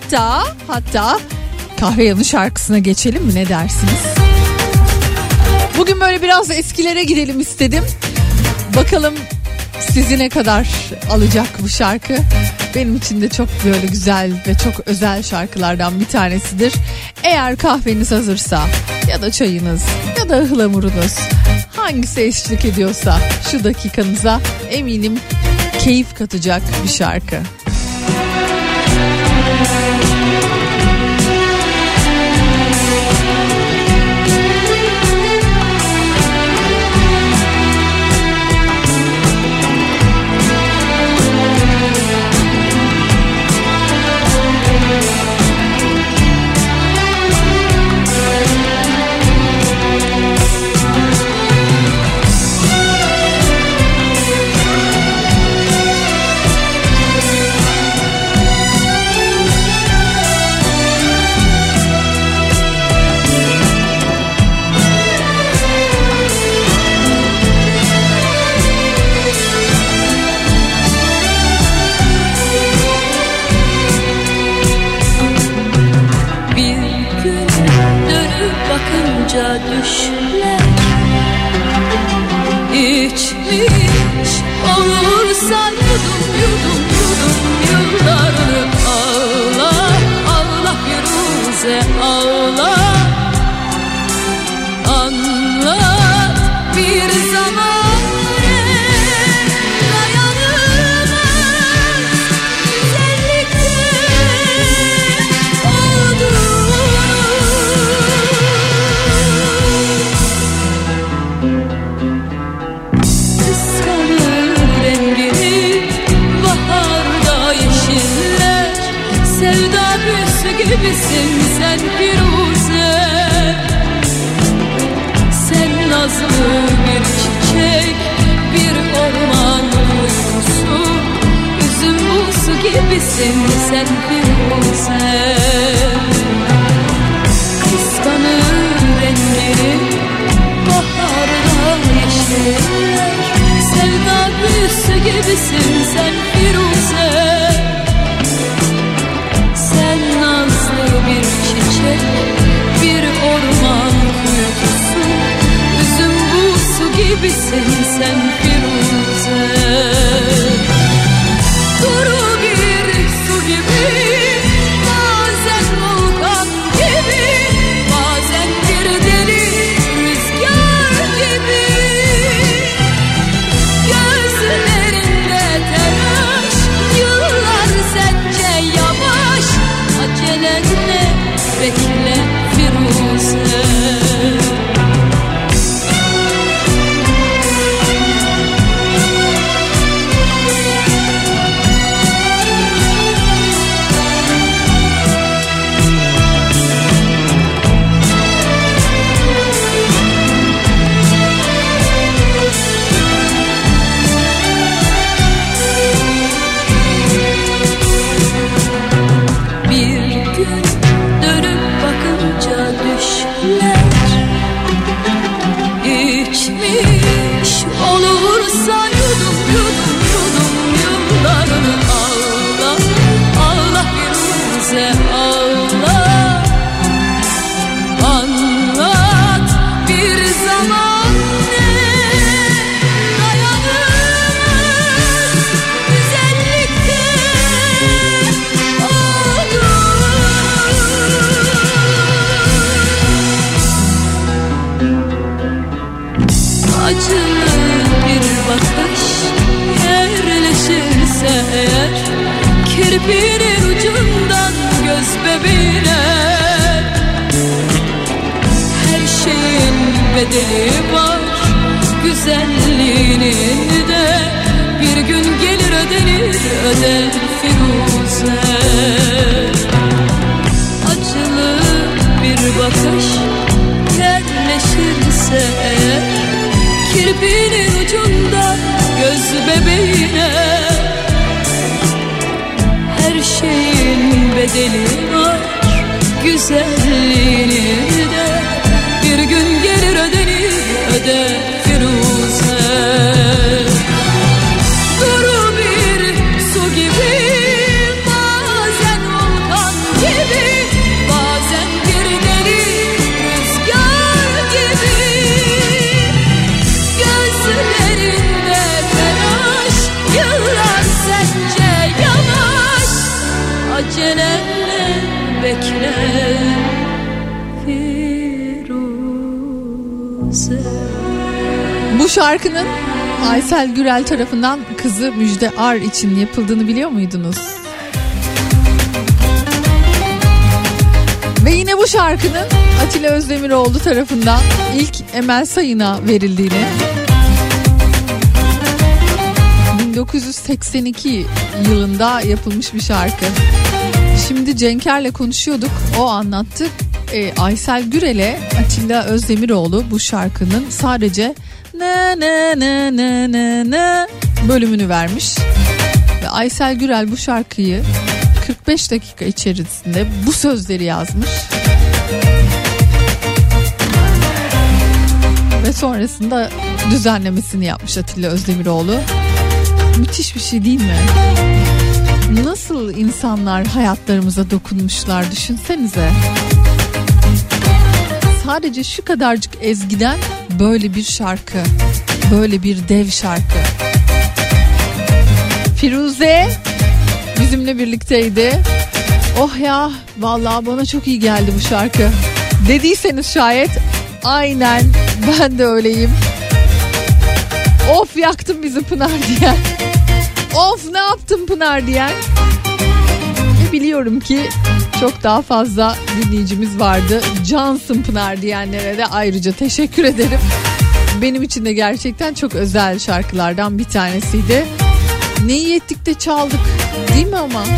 hatta hatta kahve yanı şarkısına geçelim mi, ne dersiniz? Bugün böyle biraz eskilere gidelim istedim. Bakalım sizi ne kadar alacak bu şarkı. Benim için de çok böyle güzel ve çok özel şarkılardan bir tanesidir. Eğer kahveniz hazırsa ya da çayınız ya da ıhlamurunuz, hangisi eşlik ediyorsa şu dakikanıza eminim keyif katacak bir şarkı. Düşler içmiş olursa yudum yudum yudum yıllarını ağla ağla Firuze ağla, anlat bir zaman dayanılmaz güzellikte oldu. Sevda büyüsü gibisin sen Firuze, sen nazlı bir çiçek, bir orman uykusu, üzüm buğusu gibisin sen Firuze. Kıskanır rengini baharda yeşiller, sevda büyüsü gibisin sen Firuze. Sen nazlı bir çiçek, bir orman kuytusu, üzüm buğusu gibisin sen Firuze. Duru bir su gibi, bazen volkan gibi, bazen bir deli rüzgar gibi. Gözlerinde telaş, yıllar sence yavaş, acelenle bekle Firuze. Kirpinin ucundan göz bebeğine, her şeyin bedeli var, güzelliğinin de bir gün gelir ödenir öder Firuze. Acılı bir bakış yerleşirse eğer, kirpinin ucundan göz bebeğine, her şeyin bedeli var, güzelliğini de bir gün gelir ödenir öder Firuze. Duru bir su gibi, bazen volkan şarkının Aysel Gürel tarafından kızı Müjde Ar için yapıldığını biliyor muydunuz? Ve yine bu şarkının Atilla Özdemiroğlu tarafından ilk Emel Sayın'a verildiğini, bin dokuz yüz seksen iki yılında yapılmış bir şarkı. Şimdi Cenker'le konuşuyorduk, o anlattı. E, Aysel Gürel'e Atilla Özdemiroğlu bu şarkının sadece ne ne ne ne ne ne bölümünü vermiş. Ve Aysel Gürel bu şarkıyı kırk beş dakika içerisinde bu sözleri yazmış. Ve sonrasında düzenlemesini yapmış Atilla Özdemiroğlu. Müthiş bir şey değil mi? Nasıl insanlar hayatlarımıza dokunmuşlar, düşünsenize. Sadece şu kadarcık ezgiden böyle bir şarkı, böyle bir dev şarkı. Firuze bizimle birlikteydi. Oh ya, vallahi bana çok iyi geldi bu şarkı dediyseniz şayet, aynen ben de öyleyim. Of yaktın bizi Pınar diyen, of ne yaptın Pınar diyen. Ve biliyorum ki çok daha fazla dinleyicimiz vardı. Cansın Pınar diyenlere de ayrıca teşekkür ederim. Benim için de gerçekten çok özel şarkılardan bir tanesiydi. Ne iyi ettik de çaldık, değil mi ama?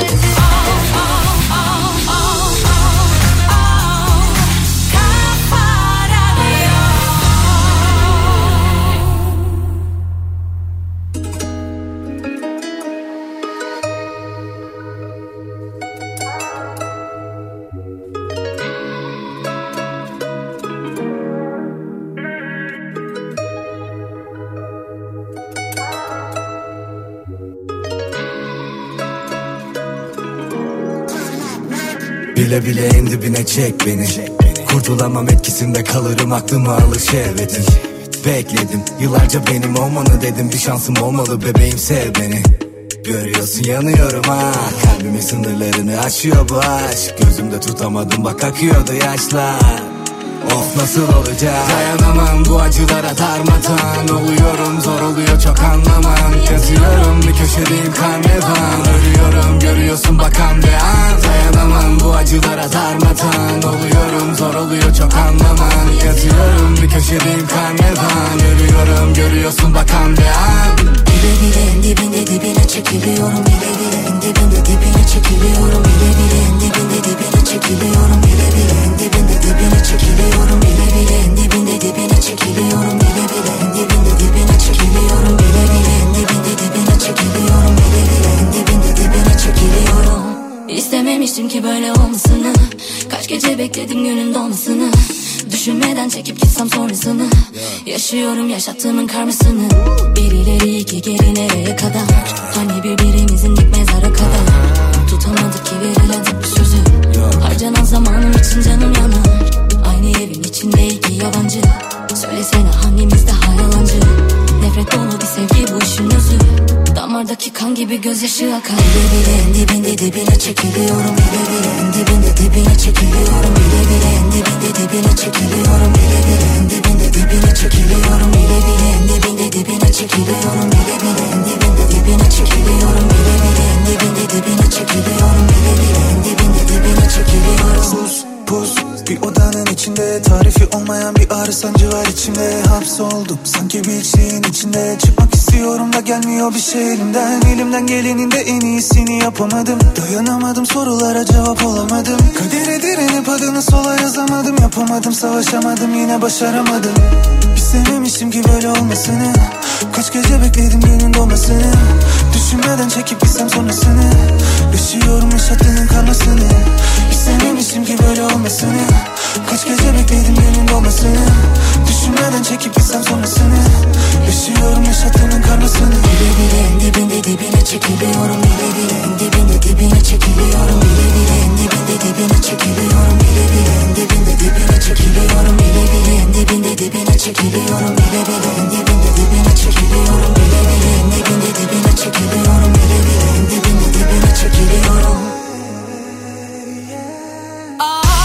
Bile bile en dibine çek beni. Kurtulamam etkisinde kalırım, aklımı alır şehvetin. Bekledim yıllarca benim olmanı, dedim bir şansım olmalı bebeğim, sev beni. Görüyorsun yanıyorum ha, kalbimin sınırlarını aşıyor bu aşk. Gözümde tutamadım bak akıyordu yaşlar. Of nasıl olacak, dayanamam bu acılara darmadan. Oluyorum zor oluyor çok anlamam. Yazıyorum bir köşedeyim karnevan. Ölüyorum görüyorsun bakan bir an. Dayanamam bu acılara darmadan. Oluyorum zor oluyor çok anlamam. Yazıyorum bir köşedeyim karnevan. Ölüyorum görüyorsun bakan bir an. Bile bile en dibinde dibine çekiliyorum. Bile bile en dibinde dibine çekiliyorum. Bile bile en dibinde dibine çekiliyorum. Bile bile en dibinde dibine çekiliyorum. Bile bile en dibinde dibine çekiliyorum. Bile bile en dibinde dibine çekiliyorum. Bile bile en dibinde dibine çekiliyorum. Bile bile en dibinde dibine çekiliyorum. İstememiştim ki böyle olmasını. Kaç gece bekledim günün dolmasını. Düşünmeden çekip gitsem sonrasını. Yaşıyorum yaşattığımın karmasını. Bir ileri iki geri nereye kadar? Hani birbirimizin dik mezara kadar. Tutamadık ki verilen tek bir sözü. Harcanan zamanım için canım yanar. Aynı evin içinde iki yabancı. Söylesene hangimiz daha yalancı? Nefret dolu bir sevgi bu işin özü. Damardaki kan gibi gözyaşı akar. Bile bile en dibinde dibine çekiliyorum. Bile bile en dibinde dibine çekiliyorum. Bile bile en dibinde dibine çekiliyorum. Bile bile en dibinde dibine çekiliyorum. Bile bile en dibinde dibine çekiliyorum. Bile bile en dibinde dibine çekiliyorum. Bile bile en dibinde dibine çekiliyorum. Bile bile en dibinde dibine çekiliyorum. Sus pus bir odanın içinde, tarifi olmayan bir ağrı sancı var içimde. Hapsoldum sanki bir şeyin içinde. Çıkmak istiyorum da gelmiyor bir şey elimden. Elimden gelenin de en iyisini yapamadım. Dayanamadım sorulara cevap olamadım. Kadere direnip adını sola yazamadım. Yapamadım savaşamadım yine başaramadım. İstememiştim ki böyle olmasını. Kaç gece bekledim günün doğmasını. Düşünmeden çekip gitsem sonrasını. Yaşıyorum yaşattığının karmasını. İstememiştim ki böyle olmasını. Kaç gece bekledim günün doğmasını. Düşünmeden çekip gitsem sonrasını. Yaşıyorum yaşattığının karmasını. Bile bile en dibinde dibine çekiliyorum. Bile bile en dibinde dibine çekiliyorum. Bile bile en dibinde dibine çekiliyorum. Bile bile en dibinde dibine çekiliyorum. Bile bile en dibinde dibine çekiliyorum. Bile bile en dibinde dibine çekiliyorum. Bile bile en dibinde dibine çekiliyorum. Bile bile en dibinde dibine çekiliyorum.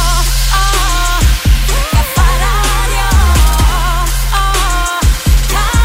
Ah ah, Kafa Radyo. Ah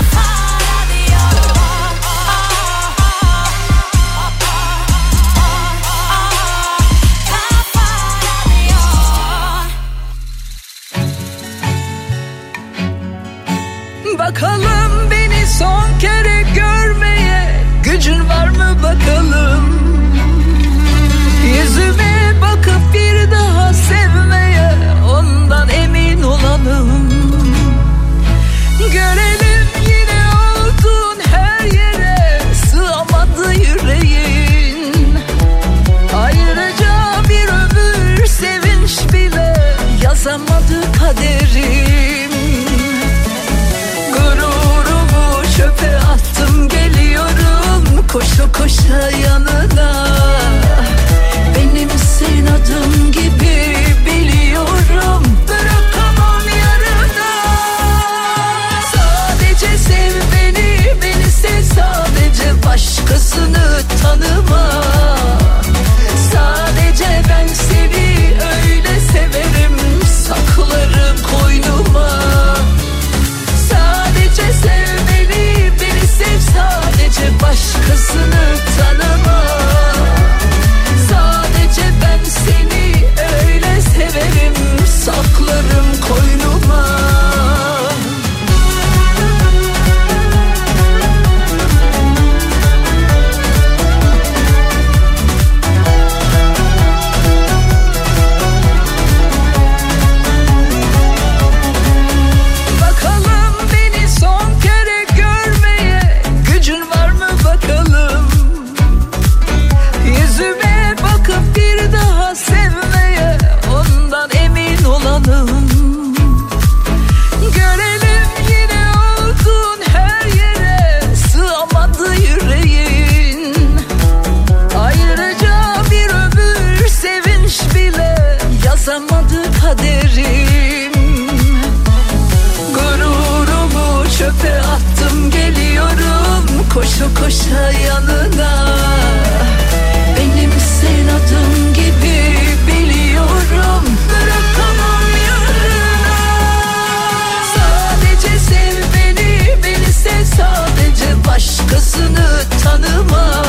koşa yanına. Benim sen adım gibi biliyorum, bırakamam yarına. Sadece sev beni, beni sev sadece, başkasını tanıma.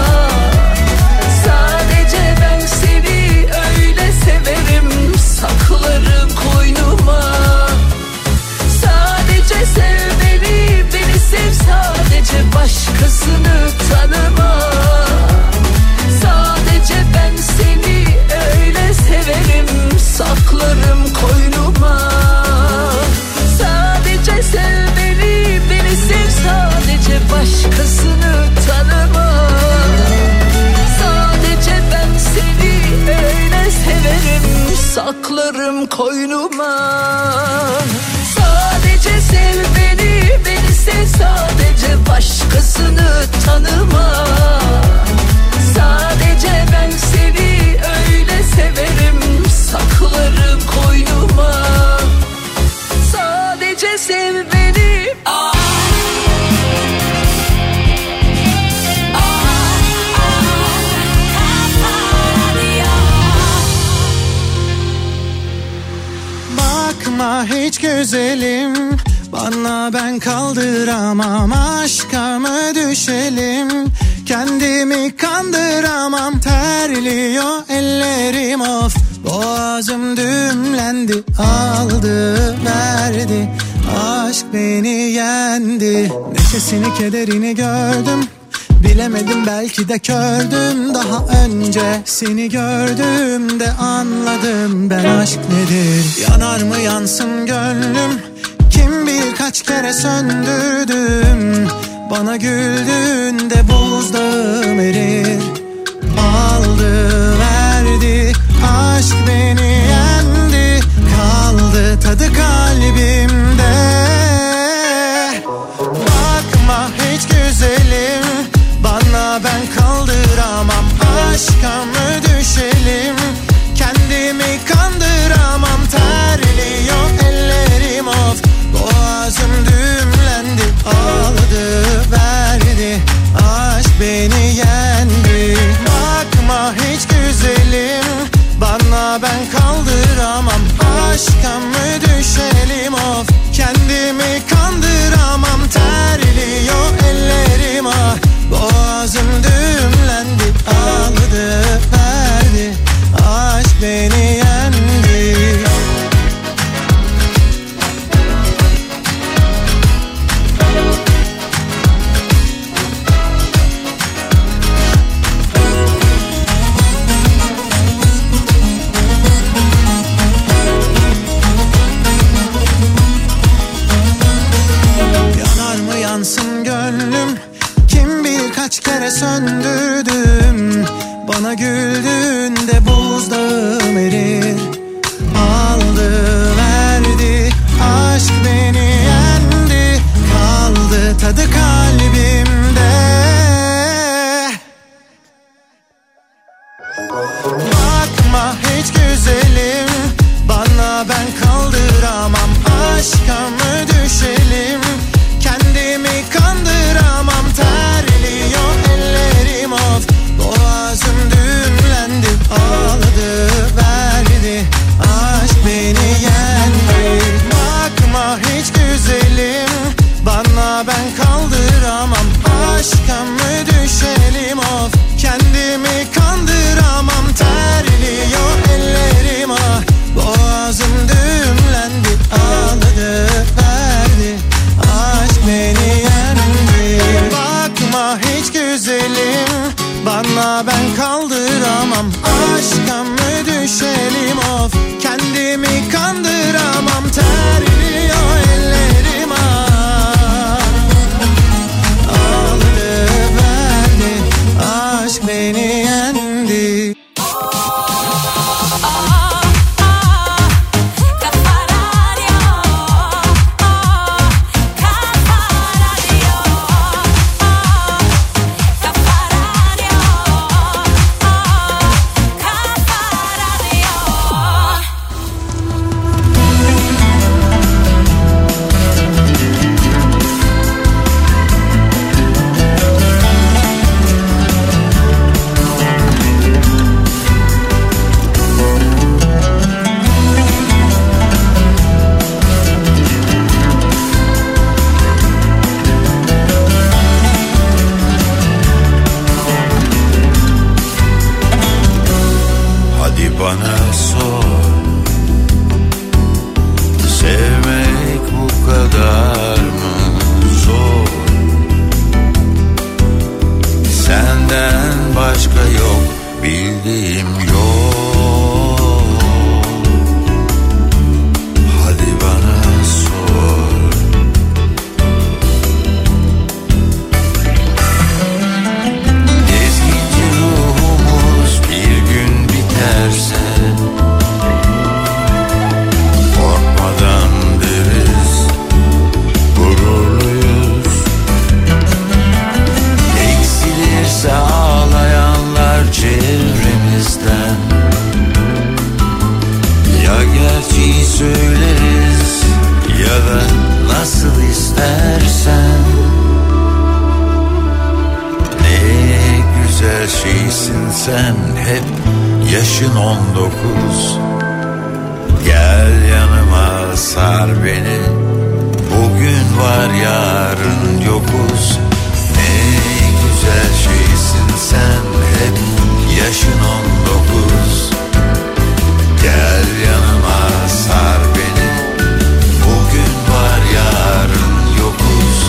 Sadece ben seni öyle severim, saklarım koynuma. Sadece sev beni, beni sev sadece, başkasını tanıma. Sadece ben seni öyle severim, saklarım koynuma. Sadece sev beni, beni sev sadece, başkasını tanıma. Sadece ben seni öyle severim, saklarım koynuma. Sadece sev beni, beni sev sadece, başkasını tanıma. Sadece ben seni öyle severim, saklarım koynuma. Sadece sev beni. Aa. Bakma hiç güzelim, bana ben kaldıramam. Aşka mı düşelim, kendimi kandıramam. Terliyor ellerim of, boğazım düğümlendi. Aldı verdi, aşk beni yendi. Neşesini kederini gördüm, bilemedim belki de kördüm. Daha önce seni gördüğümde anladım ben aşk nedir. Yanar mı yansın gönlüm, kim bilir kaç kere söndürdüm. Bana güldüğünde buzdağım erir. Aldı verdi, aşk beni yendi. Kaldı tadı kalbimde. Bakma hiç güzelim, bana ben kaldıramam. Aşka mı düşelim, kendimi kandıramam. Terliyor ellerim of, boğazım düğümlendi. Aldı verdi, aşk beni yendi. Bakma hiç güzelim, bana ben kaldıramam. Aşka mı düşelim of, kendimi kandıramam. Terliyor ellerim ah, boğazım düğümlendi. Aldı verdi, aşk beni yendi. Yanar mı yansın gönlüm, kim bilir kaç kere söndürdüm. Bana güldüğünde buzdağım erir. Aldı verdi, aşk beni yendi. Kaldı tadı kalbimde. Bakma hiç güzelim, bana ben kaldıramam. Aşka mı düşelim, kendimi kandıramam. Terliyor ellerim of, boğazım düğümlendi. Aldı verdi, aşk beni yendi. Bakma hiç güzelim, bana ben kaldıramam. Aşka mı düşelim of, kendimi kandıramam. Terliyor ellerim ah, boğazım düğümlendi. Aldı verdi, aşk beni yendi. Bakma hiç güzelim, bana ben kaldıramam. Aşka mı düşelim of, kendimi kandıramam. Terliyor ellerim ah, aldı verdi, aşk beni yendi. Kafa Senden başka yok, bildiğim yok. Hadi bana sor. Gezginci ruhumuz bir gün biterse, korkmadan deriz, gururluyuz. Eksilirse ağlayanlar çevremizden, ya gerçeği söyleriz ya da nasıl istersen. Ne güzel şeysin sen, hep yaşın on dokuz. Gel yanıma, sar beni, bugün var yarın yokuz. Ne güzel şeysin sen, hep yaşın on dokuz. Gel yanıma, sar beni, bugün var yarın yokuz.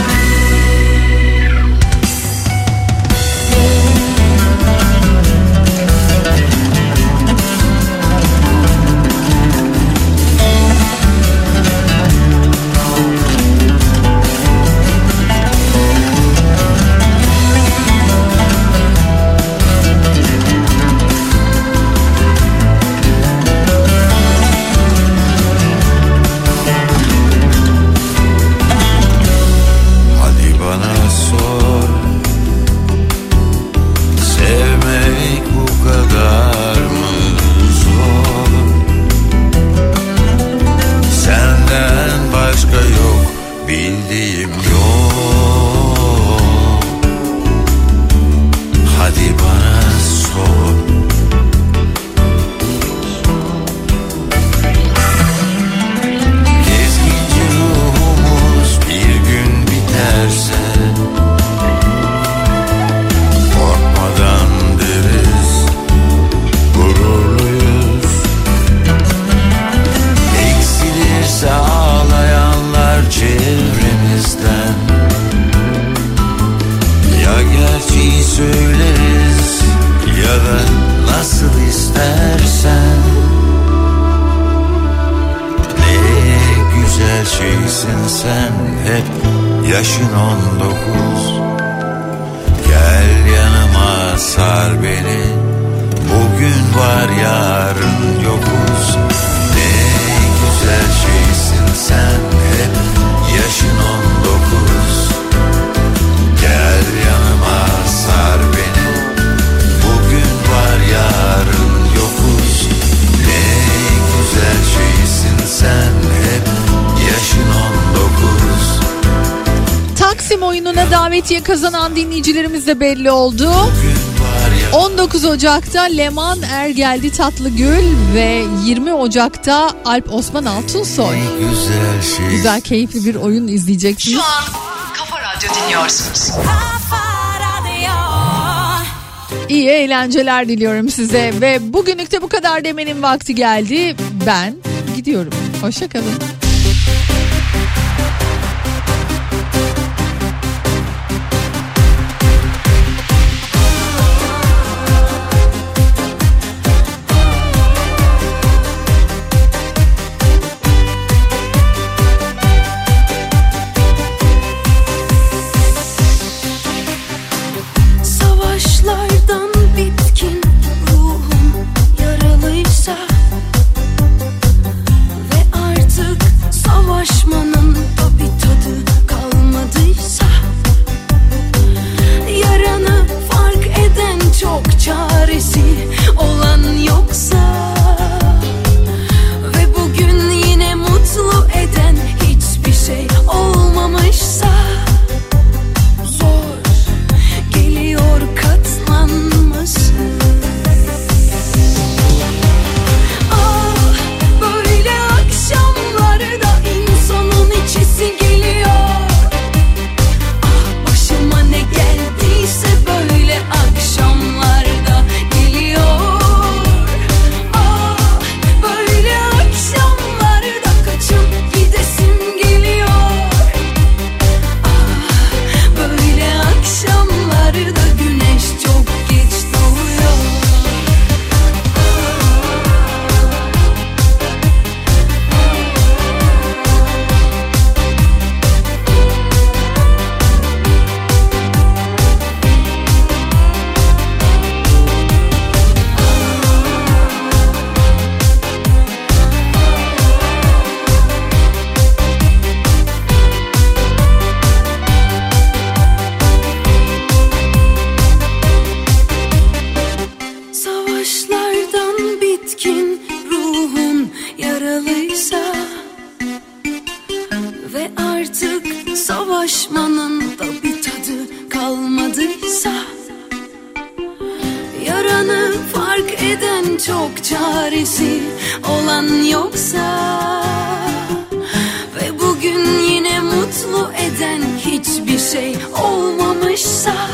Hadi bana sor, sevmek bu kadar mı zor? Senden başka yok, bildiğim yok. Hadi bana sor. Gezginci ruhumuz bir gün biterse, korkmadan deriz, gururluyuz. Eksilirse ağlayanlar çevremizden, ya gerçeği söyleriz ya da nasıl istersen. Ne güzel şeysin sen, hep yaşın on dokuz. Gel yanıma, sar beni, bugün var yarın yokuz. Ne güzel şeysin sen, hep yaşın on dokuz. Gel yanıma, sar beni, bugün var yarın yokuz. Ne güzel şeysin sen, hep yaşın on dokuz. Taksim oyununa davetiye kazanan dinleyicilerimiz de belli oldu. on dokuz Ocak'ta Leman Ergeldi Tatlıgül ve yirmi Ocak'ta Alp Osman Altunsoy. Güzel, şey. Güzel, keyifli bir oyun izleyeceksiniz. Şu an Kafa Radyo dinliyorsunuz. İyi eğlenceler diliyorum size ve bugünlük de bu kadar demenin vakti geldi. Ben gidiyorum. Hoşça kalın. Savaşlardan bitkin ruhum yaralıysa ve artık kalmadıysa, yaranı fark eden çok çaresi olan yoksa ve bugün yine mutlu eden hiçbir şey olmamışsa,